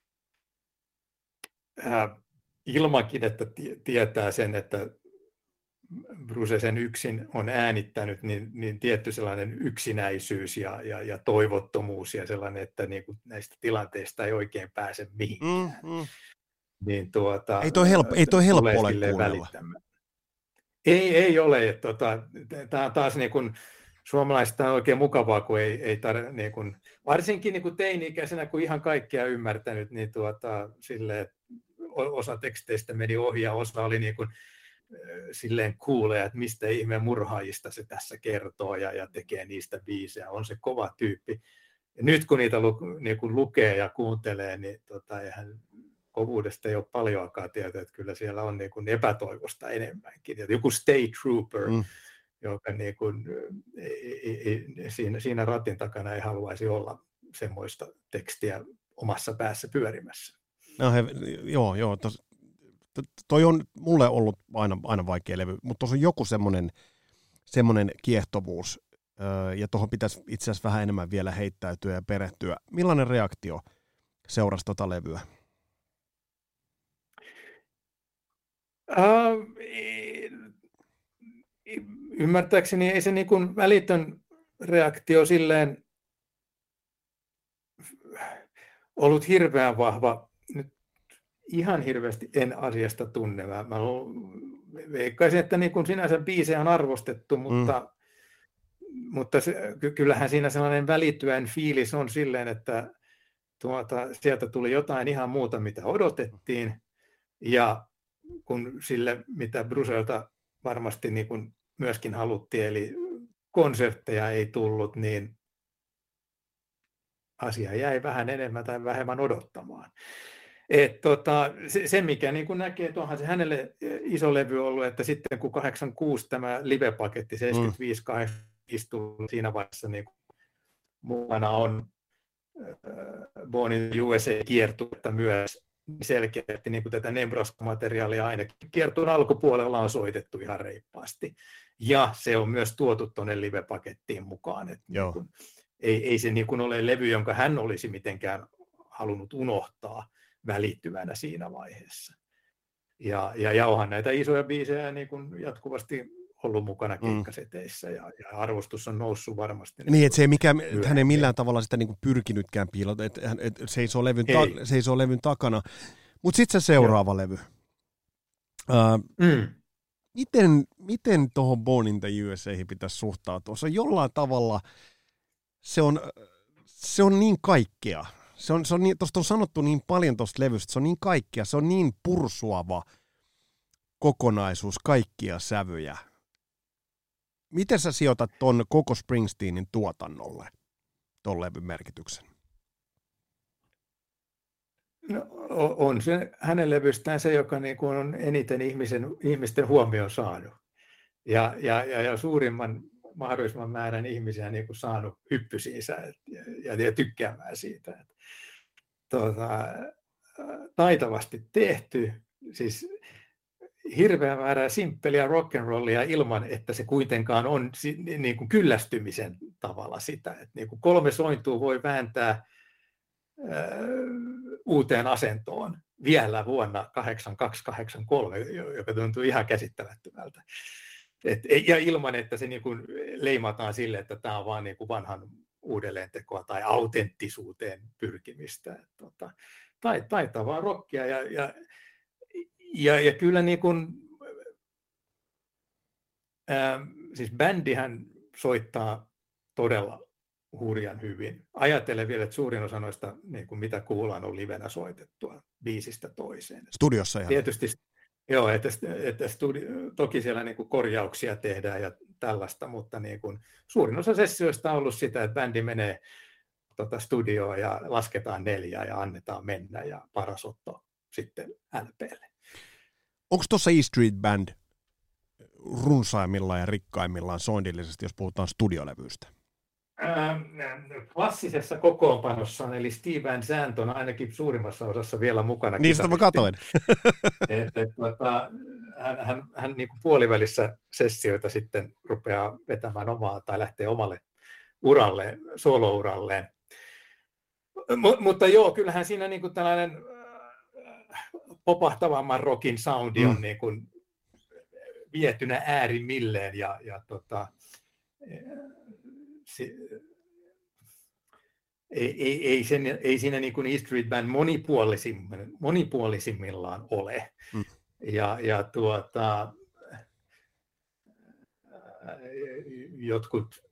ää, ilmankin, että tietää sen, että Bruce sen yksin on äänittänyt, niin, niin tietty sellainen yksinäisyys ja, ja, ja toivottomuus ja sellainen, että niin kuin näistä tilanteista ei oikein pääse mihinkään. Mm, mm. Niin tuota, ei toi helppo, ei toi helppo ole kuunnella. Ei, ei ole. Tota, tämä on taas niin kuin, suomalaisista on oikein mukavaa, kun ei, ei tar, niin kuin, varsinkin niin kuin teini-ikäisenä, kun ihan kaikkea ymmärtänyt, niin tuota, silleen, osa teksteistä meni ohi ja osa oli niin kuin, silleen kuulee, että mistä ihmeen murhaajista se tässä kertoo ja, ja tekee niistä biisejä. On se kova tyyppi. Ja nyt kun niitä lu, niin kuin lukee ja kuuntelee, niin tota, eihän kovuudesta ei ole paljoakaan tietoa, että kyllä siellä on niin kuin epätoivosta enemmänkin. Ja joku State Trooper, mm. joka niin kuin, ei, ei, siinä, siinä ratin takana ei haluaisi olla semmoista tekstiä omassa päässä pyörimässä. No he, joo, joo. Tos, to, toi on mulle ollut aina, aina vaikea levy, mutta tuossa on joku semmoinen, semmoinen kiehtovuus, öö, ja tuohon pitäisi itse asiassa vähän enemmän vielä heittäytyä ja perehtyä. Millainen reaktio seurasi tota levyä? Uh, ymmärtääkseni ei se niin kuin välitön reaktio silleen ollut hirveän vahva. Nyt ihan hirveästi en asiasta tunne. Mä, mä veikkaisin, että niin kuin sinänsä biisejä on arvostettu, mutta, mm. mutta se, kyllähän siinä sellainen välittyvän fiilis on silleen, että tuota, sieltä tuli jotain ihan muuta, mitä odotettiin. Ja kun sille, mitä Brucelta varmasti niin kuin myöskin haluttiin, eli konsertteja ei tullut, niin asia jäi vähän enemmän tai vähemmän odottamaan. Et tota, se, se, mikä niin kuin näkee, että onhan se hänelle iso levy ollut, että sitten kun kahdeksankymmentäkuusi tämä live-paketti seitsemänkymmentäviisi kahdeksankymmentäviisi tuli siinä vaiheessa niin mukana on äh, Born in the U S A-kiertuetta myös selkeästi niin kuin tätä Nebraska-materiaalia ainakin kiertueen alkupuolella on soitettu ihan reippaasti. Ja se on myös tuotu tuonne live-pakettiin mukaan. Että niin kuin, ei, ei se niin kuin ole levy, jonka hän olisi mitenkään halunnut unohtaa välittyvänä siinä vaiheessa. Ja, ja, ja onhan näitä isoja biisejä niin kuin jatkuvasti ollut mukana keikkaseteissä, ja, ja arvostus on noussut varmasti. Niin, että se ei mikään, hän ei millään tavalla sitä niin kuin pyrkinytkään piilota, että et, et seisoo levyn, ta, seisoo levyn takana. Mutta sitten se seuraava Joo. levy. Uh, mm. Miten, miten tuohon Born in the U S A:hin pitäisi suhtautua? Se on jollain tavalla, se on, se on niin kaikkea. Se on, se on niin, tuosta on sanottu niin paljon tuosta levystä, se on niin kaikkea, se on niin pursuava kokonaisuus, kaikkia sävyjä. Miten sä sijoitat ton koko Springsteenin tuotannolle, ton levyn merkityksen? No, on se hänen levystään se, joka niin kuin on eniten ihmisen, ihmisten huomioon saanut. Ja, ja, ja, ja suurimman mahdollisimman määrän ihmisiä niin kuin saanut hyppysiinsä ja, ja, ja tykkäämään siitä. Että, tuota, taitavasti tehty, siis hirveä määrä simppeliä rock'n'rollia ilman, että se kuitenkaan on niin kuin kyllästymisen tavalla sitä. Että niin kuin kolme sointua voi vääntää ää, uuteen asentoon vielä vuonna kahdeksankymmentäkaksi kahdeksankymmentäkolme, joka tuntuu ihan käsittämättömältä. Et, ja ilman, että se niin kuin leimataan sille, että tämä on vaan niin kuin vanhan uudelleentekoa tai autenttisuuteen pyrkimistä. Et, tota, tai, taitavaa rockia ja, ja, ja, ja kyllä niin kuin, ää, siis bändihän soittaa todella hurjan hyvin. Ajattelen vielä, että suurin osa noista, niin kuin mitä kuullaan, on livenä soitettua biisistä toiseen. Studiossa ihan. Tietysti, joo, että, että studio, toki siellä niin kuin korjauksia tehdään ja tällaista, mutta niin kuin suurin osa sessioista on ollut sitä, että bändi menee tota studioon ja lasketaan neljää ja annetaan mennä ja paras otto sitten L P:lle. Onko tuossa E Street Band runsaimmillaan ja rikkaimmillaan soindillisesti, jos puhutaan studiolevyistä? Klassisessa kokoonpanossa, eli Steve Van Zandt on ainakin suurimmassa osassa vielä mukana. Niin sitä mä katoin. että, että, että, hän hän, hän niin kuin puolivälissä sessioita sitten rupeaa vetämään omaa tai lähtee omalle uralle, solo-uralleen. M- mutta joo, kyllähän siinä niin kuin tällainen popahtavamman rockin soundi on mm. niin kuin vietynä äärimmilleen ja, ja tota, se, ei, ei, ei, sen, ei siinä niin kuin E Street Band monipuolisim, monipuolisimmillaan ole. Mm. Ja, ja tuota, jotkut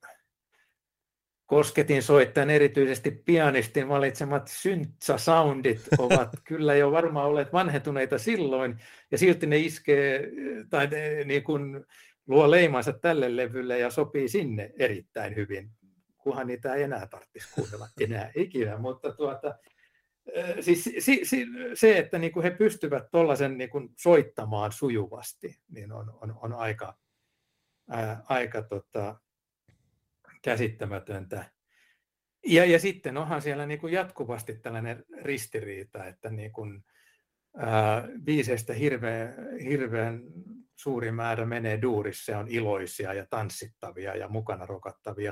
kosketin soittajan, erityisesti pianistin valitsemat syntsa-soundit ovat kyllä jo varmaan olleet vanhentuneita silloin, ja silti ne iskee tai ne, niin kuin luo leimansa tälle levylle ja sopii sinne erittäin hyvin, kunhan niitä ei enää tarvitsisi kuunnella enää ikinä, mutta tuota, siis si, si, se, että niin kuin he pystyvät tuollaisen niin kuin soittamaan sujuvasti, niin on, on, on aika, ää, aika tota, käsittämätöntä. Ja, ja sitten onhan siellä niin kuin jatkuvasti tällainen ristiriita, että niin kuin, ää, biiseistä hirveän, hirveän suuri määrä menee duurissa, se on iloisia ja tanssittavia ja mukana rokattavia.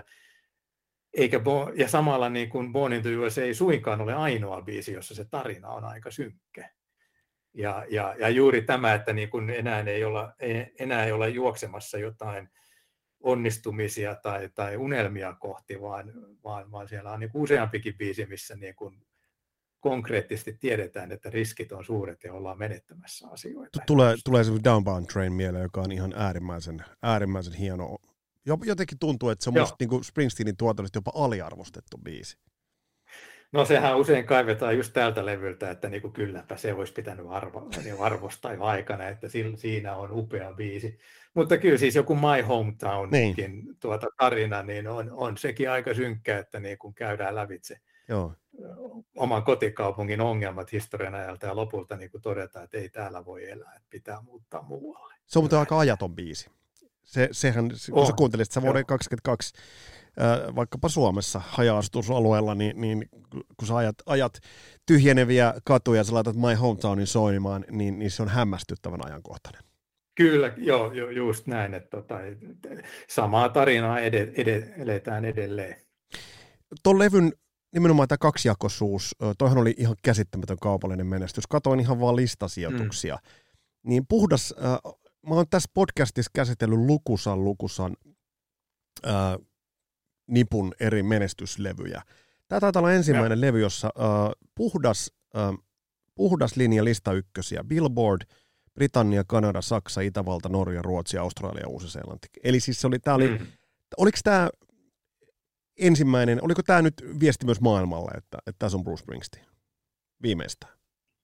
Eikä bo- ja samalla niin kuin Born in the U S A ei suinkaan ole ainoa biisi, jossa se tarina on aika synkkä. Ja, ja, ja juuri tämä, että niin kuin enää, ei olla, enää ei olla juoksemassa jotain onnistumisia tai, tai unelmia kohti, vaan, vaan, vaan siellä on niin kuin useampikin biisi, missä niin kuin konkreettisesti tiedetään, että riskit on suuret ja ollaan menettämässä asioita. Tulee, tulee se Downbound Train mieleen, joka on ihan äärimmäisen, äärimmäisen hieno. Jotenkin tuntuu, että se on musta niin kuin Springsteenin tuotannosta jopa aliarvostettu biisi. No sehän usein kaivetaan just tältä levyltä, että niin kuin kylläpä se olisi pitänyt arvo, arvostaa jo aikana, että siinä on upea biisi. Mutta kyllä siis joku My Hometownkin niin. tuota tarina, niin on, on sekin aika synkkä, että niin kun käydään lävitse Joo. oman kotikaupungin ongelmat historian ajalta ja lopulta niin todetaan, että ei täällä voi elää, että pitää muuttaa muualle. Se on muuten aika ajaton biisi. Se, sehän, kun oh. sä kuuntelit sitä vuoden kaksikymmentäkaksi, äh, vaikkapa Suomessa haja-asutusalueella, niin, niin kun sä ajat, ajat tyhjeneviä katuja ja sä laitat My Hometownin soinimaan, niin, niin se on hämmästyttävän ajankohtainen. Kyllä, joo, jo, just näin, että tota, samaa tarinaa ed- ed- eletään edelleen. Tuon levyn nimenomaan tämä kaksijakoisuus, toihan oli ihan käsittämätön kaupallinen menestys. Katoin ihan vaan listasijoituksia. Mm. Niin puhdas, äh, mä oon tässä podcastissa käsitellyt lukusan lukusan äh, nipun eri menestyslevyjä. Tämä taitaa olla ensimmäinen ja. levy, jossa äh, puhdas, äh, puhdas linja lista ykkösiä. Billboard, Britannia, Kanada, Saksa, Itävalta, Norja, Ruotsi, Australia ja Uusi-Seelanti. Eli siis se oli, tää oli, mm. oliko tämä ensimmäinen, oliko tämä nyt viesti myös maailmalle, että, että tässä on Bruce Springsteen viimeistään?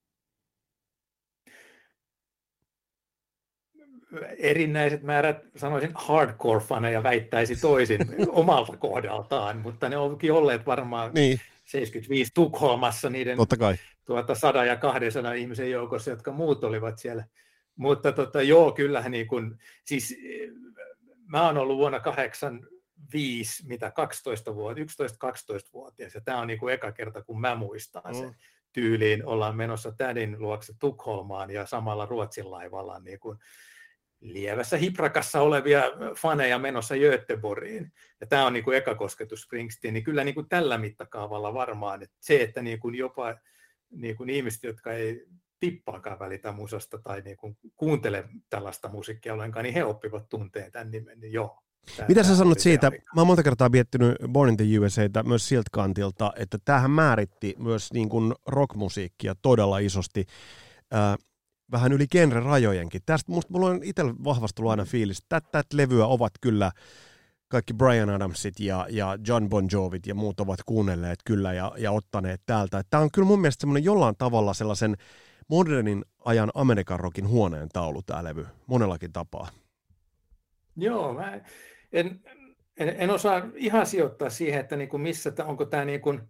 Erinäiset määrät, sanoisin hardcore-faneja väittäisi toisin omalta kohdaltaan, mutta ne onkin olleet varmaan niin. seitsemänkymmentäviisi Tukholmassa niiden tuota, sata ja kahdensadan ihmisen joukossa, jotka muut olivat siellä. Mutta tota, joo, kyllähän niin kun, siis mä oon ollut vuonna kahdeksan, viisi, mitä kaksitoista vuotta, yksitoista kaksitoista-vuotias, ja tämä on niin kuin eka kerta, kun mä muistan mm. sen tyyliin, ollaan menossa tädin luokse Tukholmaan ja samalla Ruotsin laivalla niin kuin lievässä hiprakassa olevia faneja menossa Göteborgiin. Ja tämä on niin kuin eka kosketus Springsteen, niin kyllä niin kuin tällä mittakaavalla varmaan, että se, että niin kuin jopa niin kuin ihmiset, jotka ei tippaakaan välitä musasta tai niin kuin kuuntele tällaista musiikkia ollenkaan, niin he oppivat tunteen tämän nimen, niin joo. Tämä, mitä sä sanot siitä, aika. Mä oon monta kertaa miettinyt Born in the U S A:tä myös siltä kantilta, että tämähän määritti myös niin kuin rockmusiikkia todella isosti, äh, vähän yli genre-rajojenkin. Tästä musta mulla on itsellä vahvasti tullut aina fiilis, että tätä levyä ovat kyllä kaikki Bryan Adamsit ja, ja John Bon Jovit ja muut ovat kuunnelleet kyllä ja, ja ottaneet täältä. Tämä on kyllä mun mielestä semmoinen jollain tavalla sellaisen modernin ajan Amerikan rockin huoneen taulu tämä levy, monellakin tapaa. Joo, mä en, en, en osaa ihan sijoittaa siihen, että niinku missä, onko tämä niin kuin,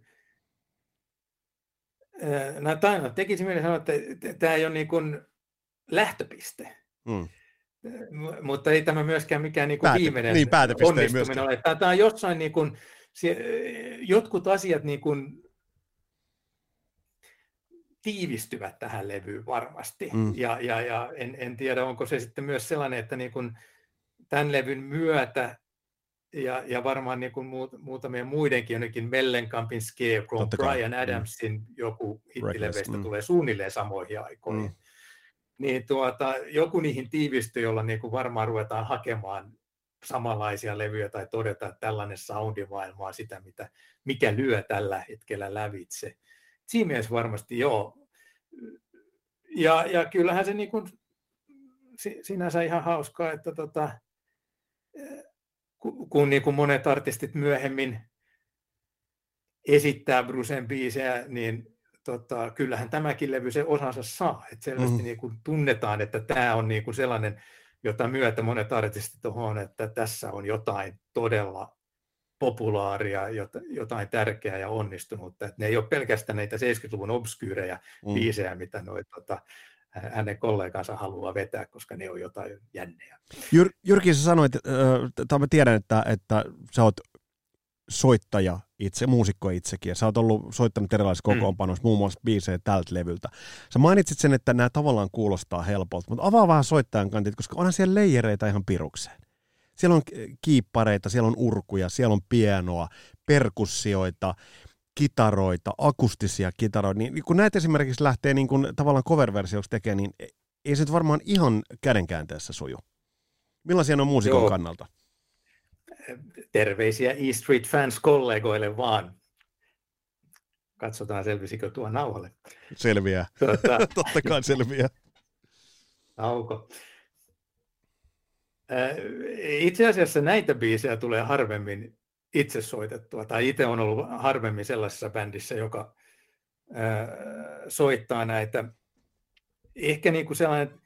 no, tämä tekisi mieli sanoa, että tämä ei ole niin kuin lähtöpiste, mm. mutta ei tämä myöskään mikään niin kuin Pääte, viimeinen niin, onnistuminen ole. Tämä on jossain, niin kuin, jotkut asiat niin kuin tiivistyvät tähän levyyn varmasti, mm. ja, ja, ja en, en tiedä, onko se sitten myös sellainen, että niin kuin tämän levyn myötä, ja, ja varmaan niin kuin muut, muutamien muidenkin, jonnekin Mellencampin Scarecrow, Bryan Adamsin mm. joku hittileveistä mm. tulee suunnilleen samoihin aikoihin, mm. niin tuota, joku niihin tiivistyy, jolla niin kuin varmaan ruvetaan hakemaan samanlaisia levyjä tai todeta, että tällainen soundimaailma on sitä, mitä, mikä lyö tällä hetkellä lävitse. Siinä mielessä varmasti joo. Ja, ja kyllähän se niin kuin, sinänsä ihan hauskaa, että tota, kun niin kuin monet artistit myöhemmin esittää Brucen biisejä, niin tota, kyllähän tämäkin levy se osansa saa. Et selvästi mm. niin kuin tunnetaan, että tämä on niin kuin sellainen, jota myötä monet artistit on, että tässä on jotain todella populaaria, jotain tärkeää ja onnistunutta. Et ne ei ole pelkästään näitä seitsemänkymmentäluvun obskyyrejä mm. biisejä, mitä noi, tota, hänen kollegansa haluaa vetää, koska ne on jotain jännejä. Jyr, Jyrki, sä sanoit, tai mä tiedän, että, että sä oot soittaja itse, muusikko itsekin, ja sä oot ollut soittanut erilaisissa kokoonpanoissa, mm. muun muassa biisejä tältä levyltä. Sä mainitsit sen, että nämä tavallaan kuulostaa helpolta, mutta avaa vähän soittajan kantit, koska onhan siellä leijereitä ihan pirukseen. Siellä on kiippareita, siellä on urkuja, siellä on pianoa, perkussioita, kitaroita, akustisia kitaroita. Niin kun näitä esimerkiksi lähtee niin kun tavallaan cover-versioksi tekemään, niin ei se nyt varmaan ihan kädenkäänteessä suju. Millaisia on muusikon Joo. kannalta? Terveisiä E Street Fans-kollegoille vaan. Katsotaan, selvisikö tuo nauhalle. Selviää. Tuota... Totta kai selviää. Auko. Itse asiassa näitä biisejä tulee harvemmin itse soitettua, tai itse on ollut harvemmin sellaisessa bändissä, joka soittaa näitä. Ehkä niin kuin sellainen,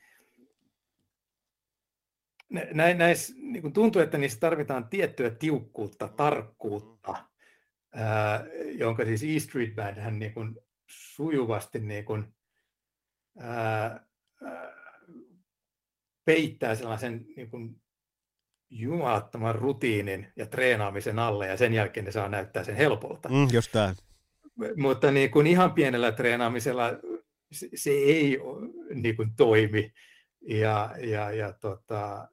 nä, näis, niin kuin tuntuu, että niissä tarvitaan tiettyä tiukkuutta, tarkkuutta, ää, jonka siis E Street Band hän niin kuin sujuvasti niin kuin, ää, ää, peittää sellaisen niin kuin jumalattoman rutiinin ja treenaamisen alle, ja sen jälkeen ne saa näyttää sen helpolta. Mm, just tämä. Mutta niin kuin ihan pienellä treenaamisella se, se ei niin kuin toimi. Ja, ja, ja tota,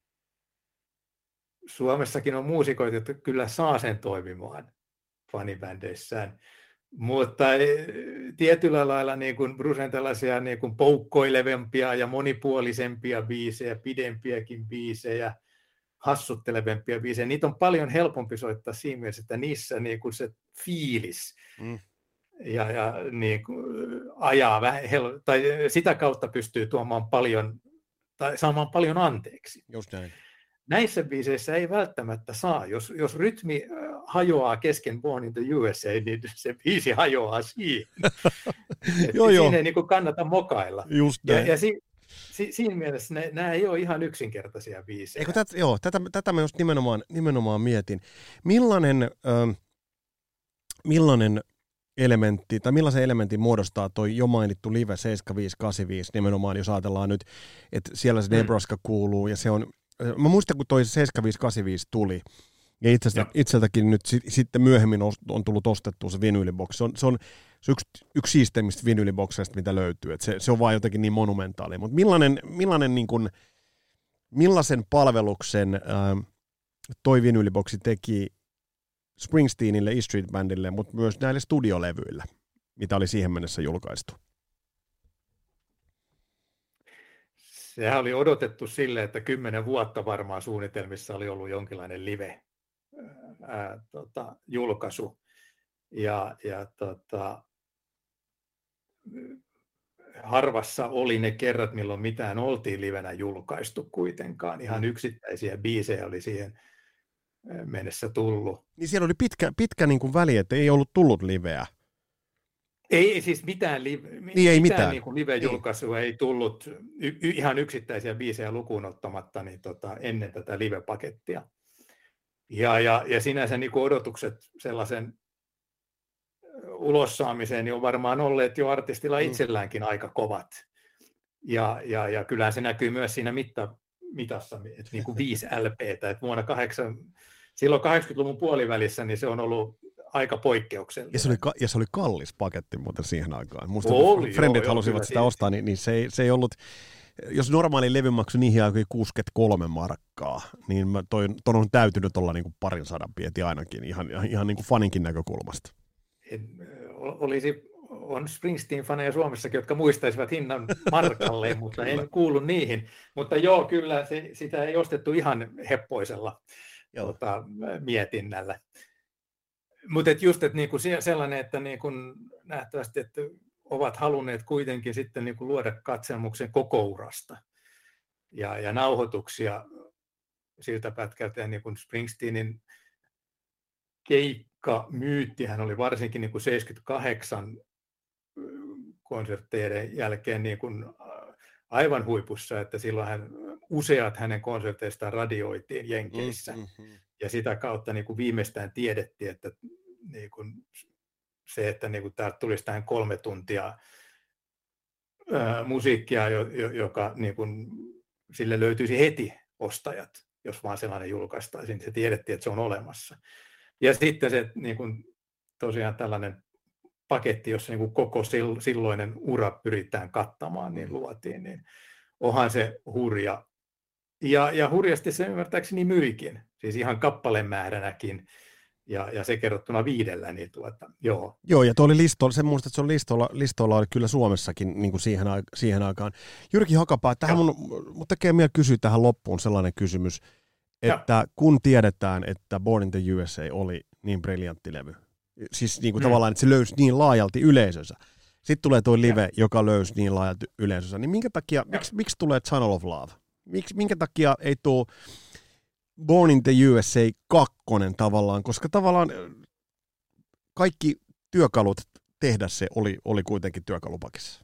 Suomessakin on muusikoita, jotka kyllä saa sen toimimaan fanibändeissään. Mutta tietyllä lailla niin kuin Brucen tällaisia niin kuin poukkoilevempia ja monipuolisempia biisejä, pidempiäkin biisejä, hassuttelevempia biisejä, niitä on paljon helpompi soittaa siinä mielessä, että niissä niin kuin se fiilis mm. ja, ja niin kuin ajaa vähän, tai sitä kautta pystyy tuomaan paljon, tai saamaan paljon anteeksi. Just näin. Näissä biiseissä ei välttämättä saa. Jos, jos rytmi hajoaa kesken Born in the U S A, niin se biisi hajoaa siihen. joo, siinä ei niin kuin kannata mokailla. Just ja, ja si, si, siinä mielessä ne, nämä ei ole ihan yksinkertaisia biisejä. Eikö tät, joo, tätä, tätä mä just nimenomaan, nimenomaan mietin. Millainen, äh, millainen elementti, tai millaisen elementin muodostaa toi jo mainittu Live seitsemänkymmentäviisi kahdeksankymmentäviisi nimenomaan, jos ajatellaan nyt, että siellä se Nebraska mm. kuuluu, ja se on, mä muistan, kun toi seitsemänkymmentäviisi kahdeksankymmentäviisi tuli, Ja itseltä, itseltäkin nyt sit, sitten myöhemmin on tullut ostettua se vinyyliboksi. Se on, se on, se on yksi, yksi siisteimmistä vinyylibokseista, mitä löytyy. Et se, se on vaan jotenkin niin monumentaali. Mutta millainen, millainen niin kun, millaisen palveluksen ää, toi vinyyliboksi teki Springsteenille, E Street Bandille, mutta myös näille studiolevyille, mitä oli siihen mennessä julkaistu? Sehän oli odotettu sille, että kymmenen vuotta varmaan suunnitelmissa oli ollut jonkinlainen live ää, tota, julkaisu. Ja, ja tota, harvassa oli ne kerrat, milloin mitään oltiin livenä julkaistu kuitenkaan. Ihan yksittäisiä biisejä oli siihen mennessä tullut. Niin siellä oli pitkä, pitkä niin kuin väli, että ei ollut tullut liveä. Ei siis mitään, live, niin, ei mitään, mitään. Niin kuin live-julkaisua ei tullut y, y, ihan yksittäisiä biisejä lukuun ottamatta niin tota, ennen tätä live-pakettia. Ja, ja, ja sinänsä niin kuin odotukset sellaisen ulossaamiseen niin on varmaan olleet jo artistilla itselläänkin mm. aika kovat. Ja, ja, ja kyllähän se näkyy myös siinä mitta, mitassa, että niin kuin viisi L P:tä. Että vuonna kahdeksan, silloin kahdeksankymmentäluvun puolivälissä niin se on ollut aika poikkeuksellinen. Ja se oli, ja se oli kallis paketti muuten siihen aikaan. Musta oli, frendit joo, halusivat joo, sitä ostaa, niin, niin se, ei, se ei ollut, jos normaali levy maksoi niihin aikoihin kuusikymmentäkolme markkaa, niin mä toi, ton on täytynyt olla niin kuin parin sadan pieti ainakin, ihan, ihan niin kuin faninkin näkökulmasta. En, olisi, on Springsteen-faneja Suomessakin, jotka muistaisivat hinnan markalleen, mutta en kuulu niihin. Mutta joo, kyllä se, sitä ei ostettu ihan heppoisella tota, mietinnällä. Mutta et just et niinku sellainen, että niinku nähtävästi että ovat halunneet kuitenkin sitten niinku luoda katselmuksen koko urasta ja, ja nauhoituksia siltä pätkältä. Niinku Springsteenin keikkamyyttihän oli varsinkin niinku seitsemänkymmentäkahdeksan konsertteiden jälkeen niinku aivan huipussa, että silloin hän, useat hänen konserteistaan radioitiin Jenkeissä. Mm-hmm. Ja sitä kautta niin kuin viimeistään tiedettiin, että niin kuin se, että niin kuin täältä tulisi tähän kolme tuntia ää, musiikkia, jo, jo, joka niin kuin, sille löytyisi heti ostajat, jos vaan sellainen julkaistaisiin, niin se tiedettiin, että se on olemassa. Ja sitten se niin kuin, tosiaan tällainen paketti, jossa niin kuin koko silloinen ura pyritään kattamaan, niin luotiin, niin onhan se hurja. Ja, ja hurjasti se ymmärtääkseni myikin, siis ihan kappalemääränäkin, ja, ja se kerrottuna viidellä, niin tuota, joo. Joo, ja tuo oli listoilla, se muistat, että se on listoilla, listoilla oli kyllä Suomessakin niin kuin siihen, siihen aikaan. Jyrki Hakapää, tähän mun, mun tekee mieli kysyä tähän loppuun sellainen kysymys, että ja. kun tiedetään, että Born in the U S A oli niin briljantti levy, siis niin kuin mm. tavallaan, että se löysi niin laajalti yleisönsä, sitten tulee tuo live, ja. joka löysi niin laajalti yleisönsä, niin minkä takia, miksi, miksi tulee Tunnel of Love? Miks, minkä takia ei tule Born in the U S A kakkonen tavallaan, koska tavallaan kaikki työkalut tehdä se oli, oli kuitenkin työkalupakissa.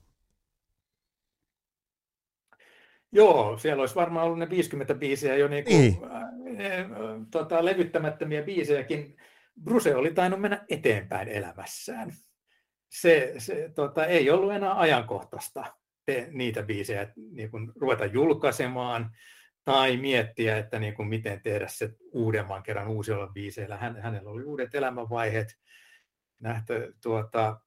Joo, siellä olisi varmaan ollut ne viisikymmentä biisiä jo niin kuin, niin. äh, tota, levyttämättömiä biisejäkin. Bruce oli tainnut mennä eteenpäin elämässään. Se, se tota, ei ollut enää ajankohtaista te, niitä biisejä niin kuin ruveta julkaisemaan tai miettiä, että niin kuin miten tehdä se uudemman kerran uusilla biiseillä. Hän, hänellä oli uudet elämänvaiheet, nähtä, tuota,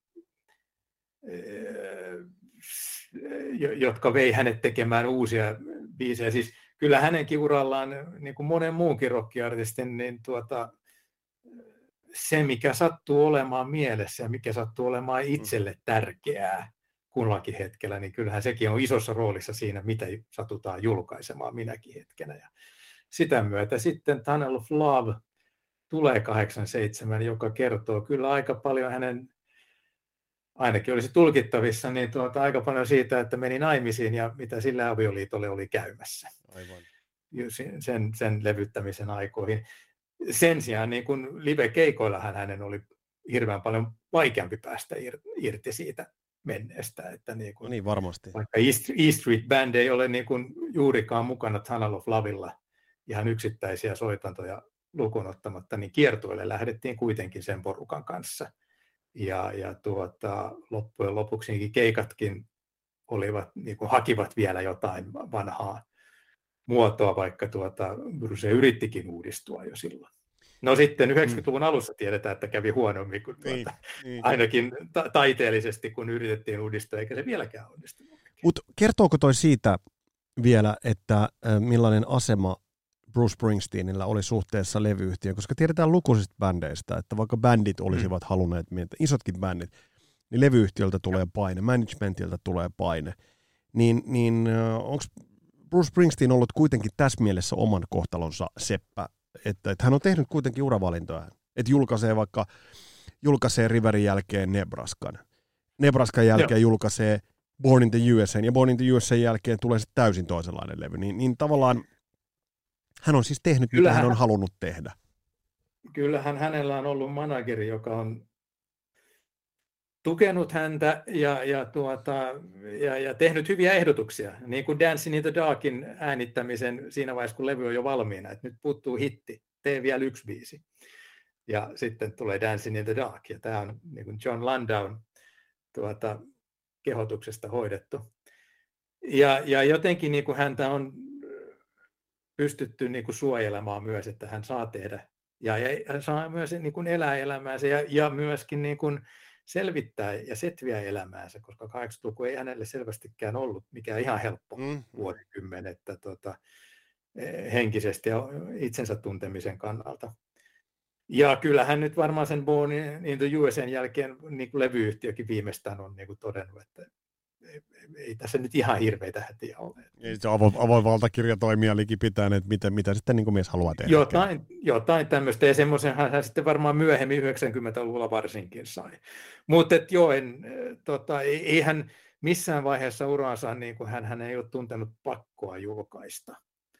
jotka vei hänet tekemään uusia biisejä. Siis kyllä hänenkin urallaan, niin kuin monen muunkin rockiartistin, niin tuota, se, mikä sattuu olemaan mielessä ja mikä sattuu olemaan itselle tärkeää kullakin hetkellä, niin kyllähän sekin on isossa roolissa siinä, mitä satutaan julkaisemaan minäkin hetkenä. Ja sitä myötä sitten Tunnel of Love tulee kahdeksankymmentäseitsemän, joka kertoo kyllä aika paljon hänen, ainakin olisi tulkittavissa, niin tuota, aika paljon siitä, että meni naimisiin ja mitä sillä avioliitolle oli käymässä. Aivan. Sen, sen levyttämisen aikoihin. Sen sijaan niin kun live-keikoillahan hänen oli hirveän paljon vaikeampi päästä irti siitä menneestä. Että niin kun, no niin, varmasti. Vaikka E Street Band ei ole niin kun juurikaan mukana Tunnel of Lovella ihan yksittäisiä soitantoja lukuun ottamatta, niin kiertueelle lähdettiin kuitenkin sen porukan kanssa. Ja, ja tuota, loppujen lopuksi keikatkin olivat, niin kun hakivat vielä jotain vanhaa muotoa, vaikka tuota, Bruce yrittikin uudistua jo silloin. No sitten yhdeksänkymmentäluvun alussa tiedetään, että kävi huonommin kuin tuota, Niin, niin. ainakin ta- taiteellisesti, kun yritettiin uudistua, eikä se vieläkään onnistunut. Mutta kertooko toi siitä vielä, että äh, millainen asema Bruce Springsteenillä oli suhteessa levyyhtiöön, koska tiedetään lukuisista bändeistä, että vaikka bändit olisivat mm. halunneet, isotkin bändit, niin levyyhtiöltä tulee paine, managementilta tulee paine, niin, niin äh, onko Bruce Springsteen ollut kuitenkin tässä mielessä oman kohtalonsa seppä, että, että hän on tehnyt kuitenkin uravalintoja, että julkaisee vaikka, julkaisee Riverin jälkeen Nebraskan, Nebraskan jälkeen Joo. julkaisee Born in the U S A, ja Born in the U S A jälkeen tulee sitten täysin toisenlainen levy, niin, niin tavallaan hän on siis tehnyt, kyllähän, mitä hän on halunnut tehdä. Kyllähän hänellä on ollut manageri, joka on tukenut häntä ja, ja, tuota, ja, ja tehnyt hyviä ehdotuksia, niin kuin Dancing in the Darkin äänittämisen siinä vaiheessa, kun levy on jo valmiina, että nyt puuttuu hitti, tee vielä yksi biisi. Ja sitten tulee Dancing in the Dark, ja tämä on niin kuin John Landown tuota, kehotuksesta hoidettu. Ja, ja jotenkin niin kuin häntä on pystytty niin kuin suojelemaan myös, että hän saa tehdä ja, ja hän saa myös niin kuin elää elämäänsä ja, ja myöskin niin kuin selvittää ja setviä elämäänsä, koska kahdeksankymmentäluku ei hänelle selvästikään ollut mikään ihan helppo mm. vuosikymmen, että tota, henkisesti ja itsensä tuntemisen kannalta. Ja kyllähän nyt varmaan sen Born in the U S A:n jälkeen niin kuin levyyhtiökin viimeistään on niin kuin todennut, että ei, ei tässä nyt ihan hirveitä hätiä ole. Ei se avo, avoin valtakirja toimia likipitäen, että mitä, mitä sitten niin kuin mies haluaa tehdä. Jotain, jotain tämmöistä, ja semmoisenhan hän sitten varmaan myöhemmin yhdeksänkymmentäluvulla varsinkin sai. Mutta joo, en, tota, ei hän missään vaiheessa uraansa, niin kuin hän, hän ei ole tuntenut pakkoa julkaista.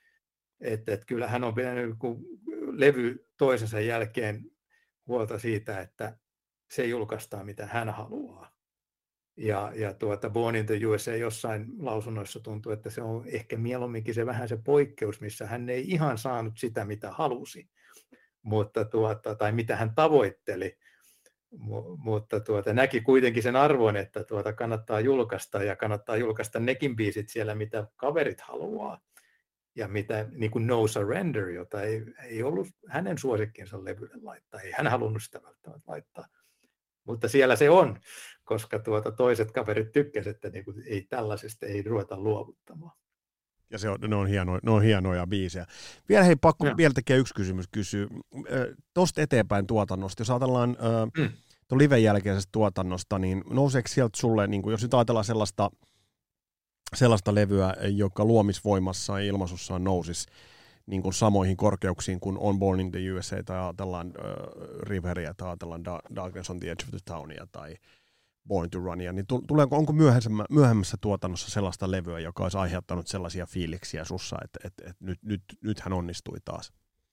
Että et kyllä hän on pitänyt levy toisensa jälkeen huolta siitä, että se julkaistaan mitä hän haluaa. Ja, ja tuota Born in the U S A jossain lausunnoissa tuntuu, että se on ehkä mieluumminkin se vähän se poikkeus, missä hän ei ihan saanut sitä, mitä halusi, mutta tuota, tai mitä hän tavoitteli, M- mutta tuota, näki kuitenkin sen arvon, että tuota kannattaa julkaista ja kannattaa julkaista nekin biisit siellä, mitä kaverit haluaa. Ja mitä niin kuin No Surrender, jota ei, ei ollut hänen suosikkinsa levylle laittaa, ei hän halunnut sitä välttämättä laittaa. Mutta siellä se on, koska tuota toiset kaverit tykkäsivät, että niin kuin ei tällaisesta ei ruveta luovuttamaan. Ja se on, ne, on hieno, ne on hienoja biisejä. Vielä hei, pakko ja. vielä tekee yksi kysymys kysyä. Tuosta eteenpäin tuotannosta, jos ajatellaan mm. tuon liven jälkeisestä tuotannosta, niin nouseeko sieltä sulle, niin kuin, jos nyt ajatellaan sellaista, sellaista levyä, joka luomisvoimassa ja ilmaisussaan nousisi niin kuin samoihin korkeuksiin kuin On Born in the U S A, tai ajatellaan uh, Riveria, tai ajatellaan Darkness on the Edge of the Townia, tai Born to Runia, niin tuleeko, onko myöhemmässä tuotannossa sellaista levyä, joka olisi aiheuttanut sellaisia fiiliksiä sussa, että, että, että nyt, nyt, nyt hän onnistui taas?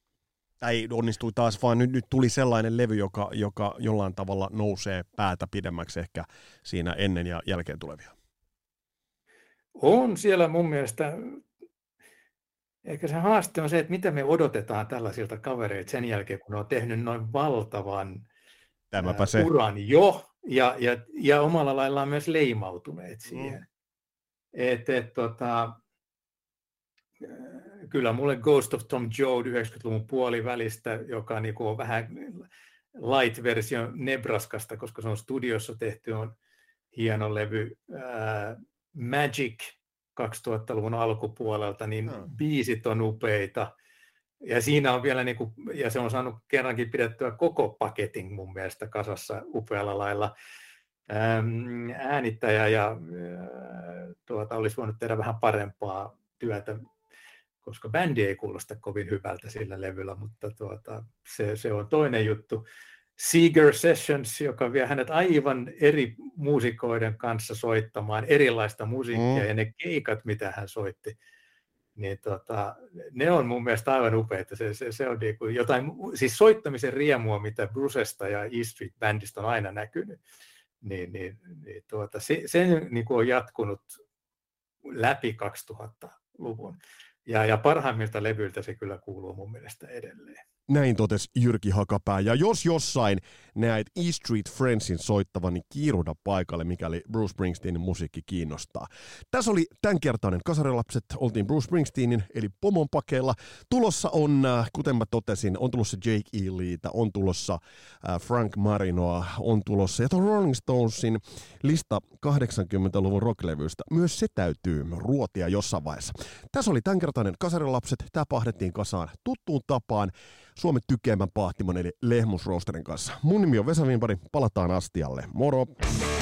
Tai onnistui taas, vaan nyt, nyt tuli sellainen levy, joka, joka jollain tavalla nousee päätä pidemmäksi ehkä siinä ennen ja jälkeen tulevia. On siellä mun mielestä, ehkä se haaste on se, että mitä me odotetaan tällaisilta kavereilta sen jälkeen, kun ne on tehnyt noin valtavan Tämäpä se. uran jo, ja, ja, ja omalla laillaan myös leimautuneet siihen. Mm. Et, et, tota, kyllä mulle Ghost of Tom Joad yhdeksänkymmentäluvun puolivälistä, joka niinku on vähän light-versio Nebraskasta, koska se on studiossa tehty, on hieno levy. Ää, Magic kaksituhattaluvun alkupuolelta, niin hmm. biisit on upeita. Ja siinä on vielä, niin kuin, ja se on saanut kerrankin pidettyä koko paketin mun mielestä kasassa upealla lailla. Ähm, äänittäjä ja äh, tuota, olisi voinut tehdä vähän parempaa työtä, koska bändi ei kuulosta kovin hyvältä sillä levyllä, mutta tuota, se, se on toinen juttu. Seeger Sessions, joka vie hänet aivan eri muusikoiden kanssa soittamaan erilaista musiikkia, mm. ja ne keikat, mitä hän soitti, niin tota, ne on mun mielestä aivan upeita. Se, se, se on niin kuin jotain, siis soittamisen riemua, mitä Brucesta ja E Street Bandista on aina näkynyt, niin, niin, niin tuota, se, se niin kuin on jatkunut läpi kaksituhattaluvun. Ja, ja parhaimmilta levyiltä se kyllä kuuluu mun mielestä edelleen. Näin totesi Jyrki Hakapää. Ja jos jossain näet E Street Friendsin soittavan, niin kiiruhda paikalle, mikäli Bruce Springsteenin musiikki kiinnostaa. Tässä oli tämänkertainen Kasarilapset. Oltiin Bruce Springsteenin eli pomon pakeilla. Tulossa on, kuten mä totesin, on tulossa Jake E. Leetä, on tulossa Frank Marinoa, on tulossa. Ja tuon Rolling Stonesin lista kahdeksankymmentäluvun rocklevyistä. Myös se täytyy ruotia jossain vaiheessa. Tässä oli tämänkertainen Kasarilapset. Tää pahdettiin kasaan tuttuun tapaan Suomen tykeämmän pahtimon eli Lehmus Roasterin kanssa. Mun nimi on Vesa Wienberg, palataan astialle. Moro!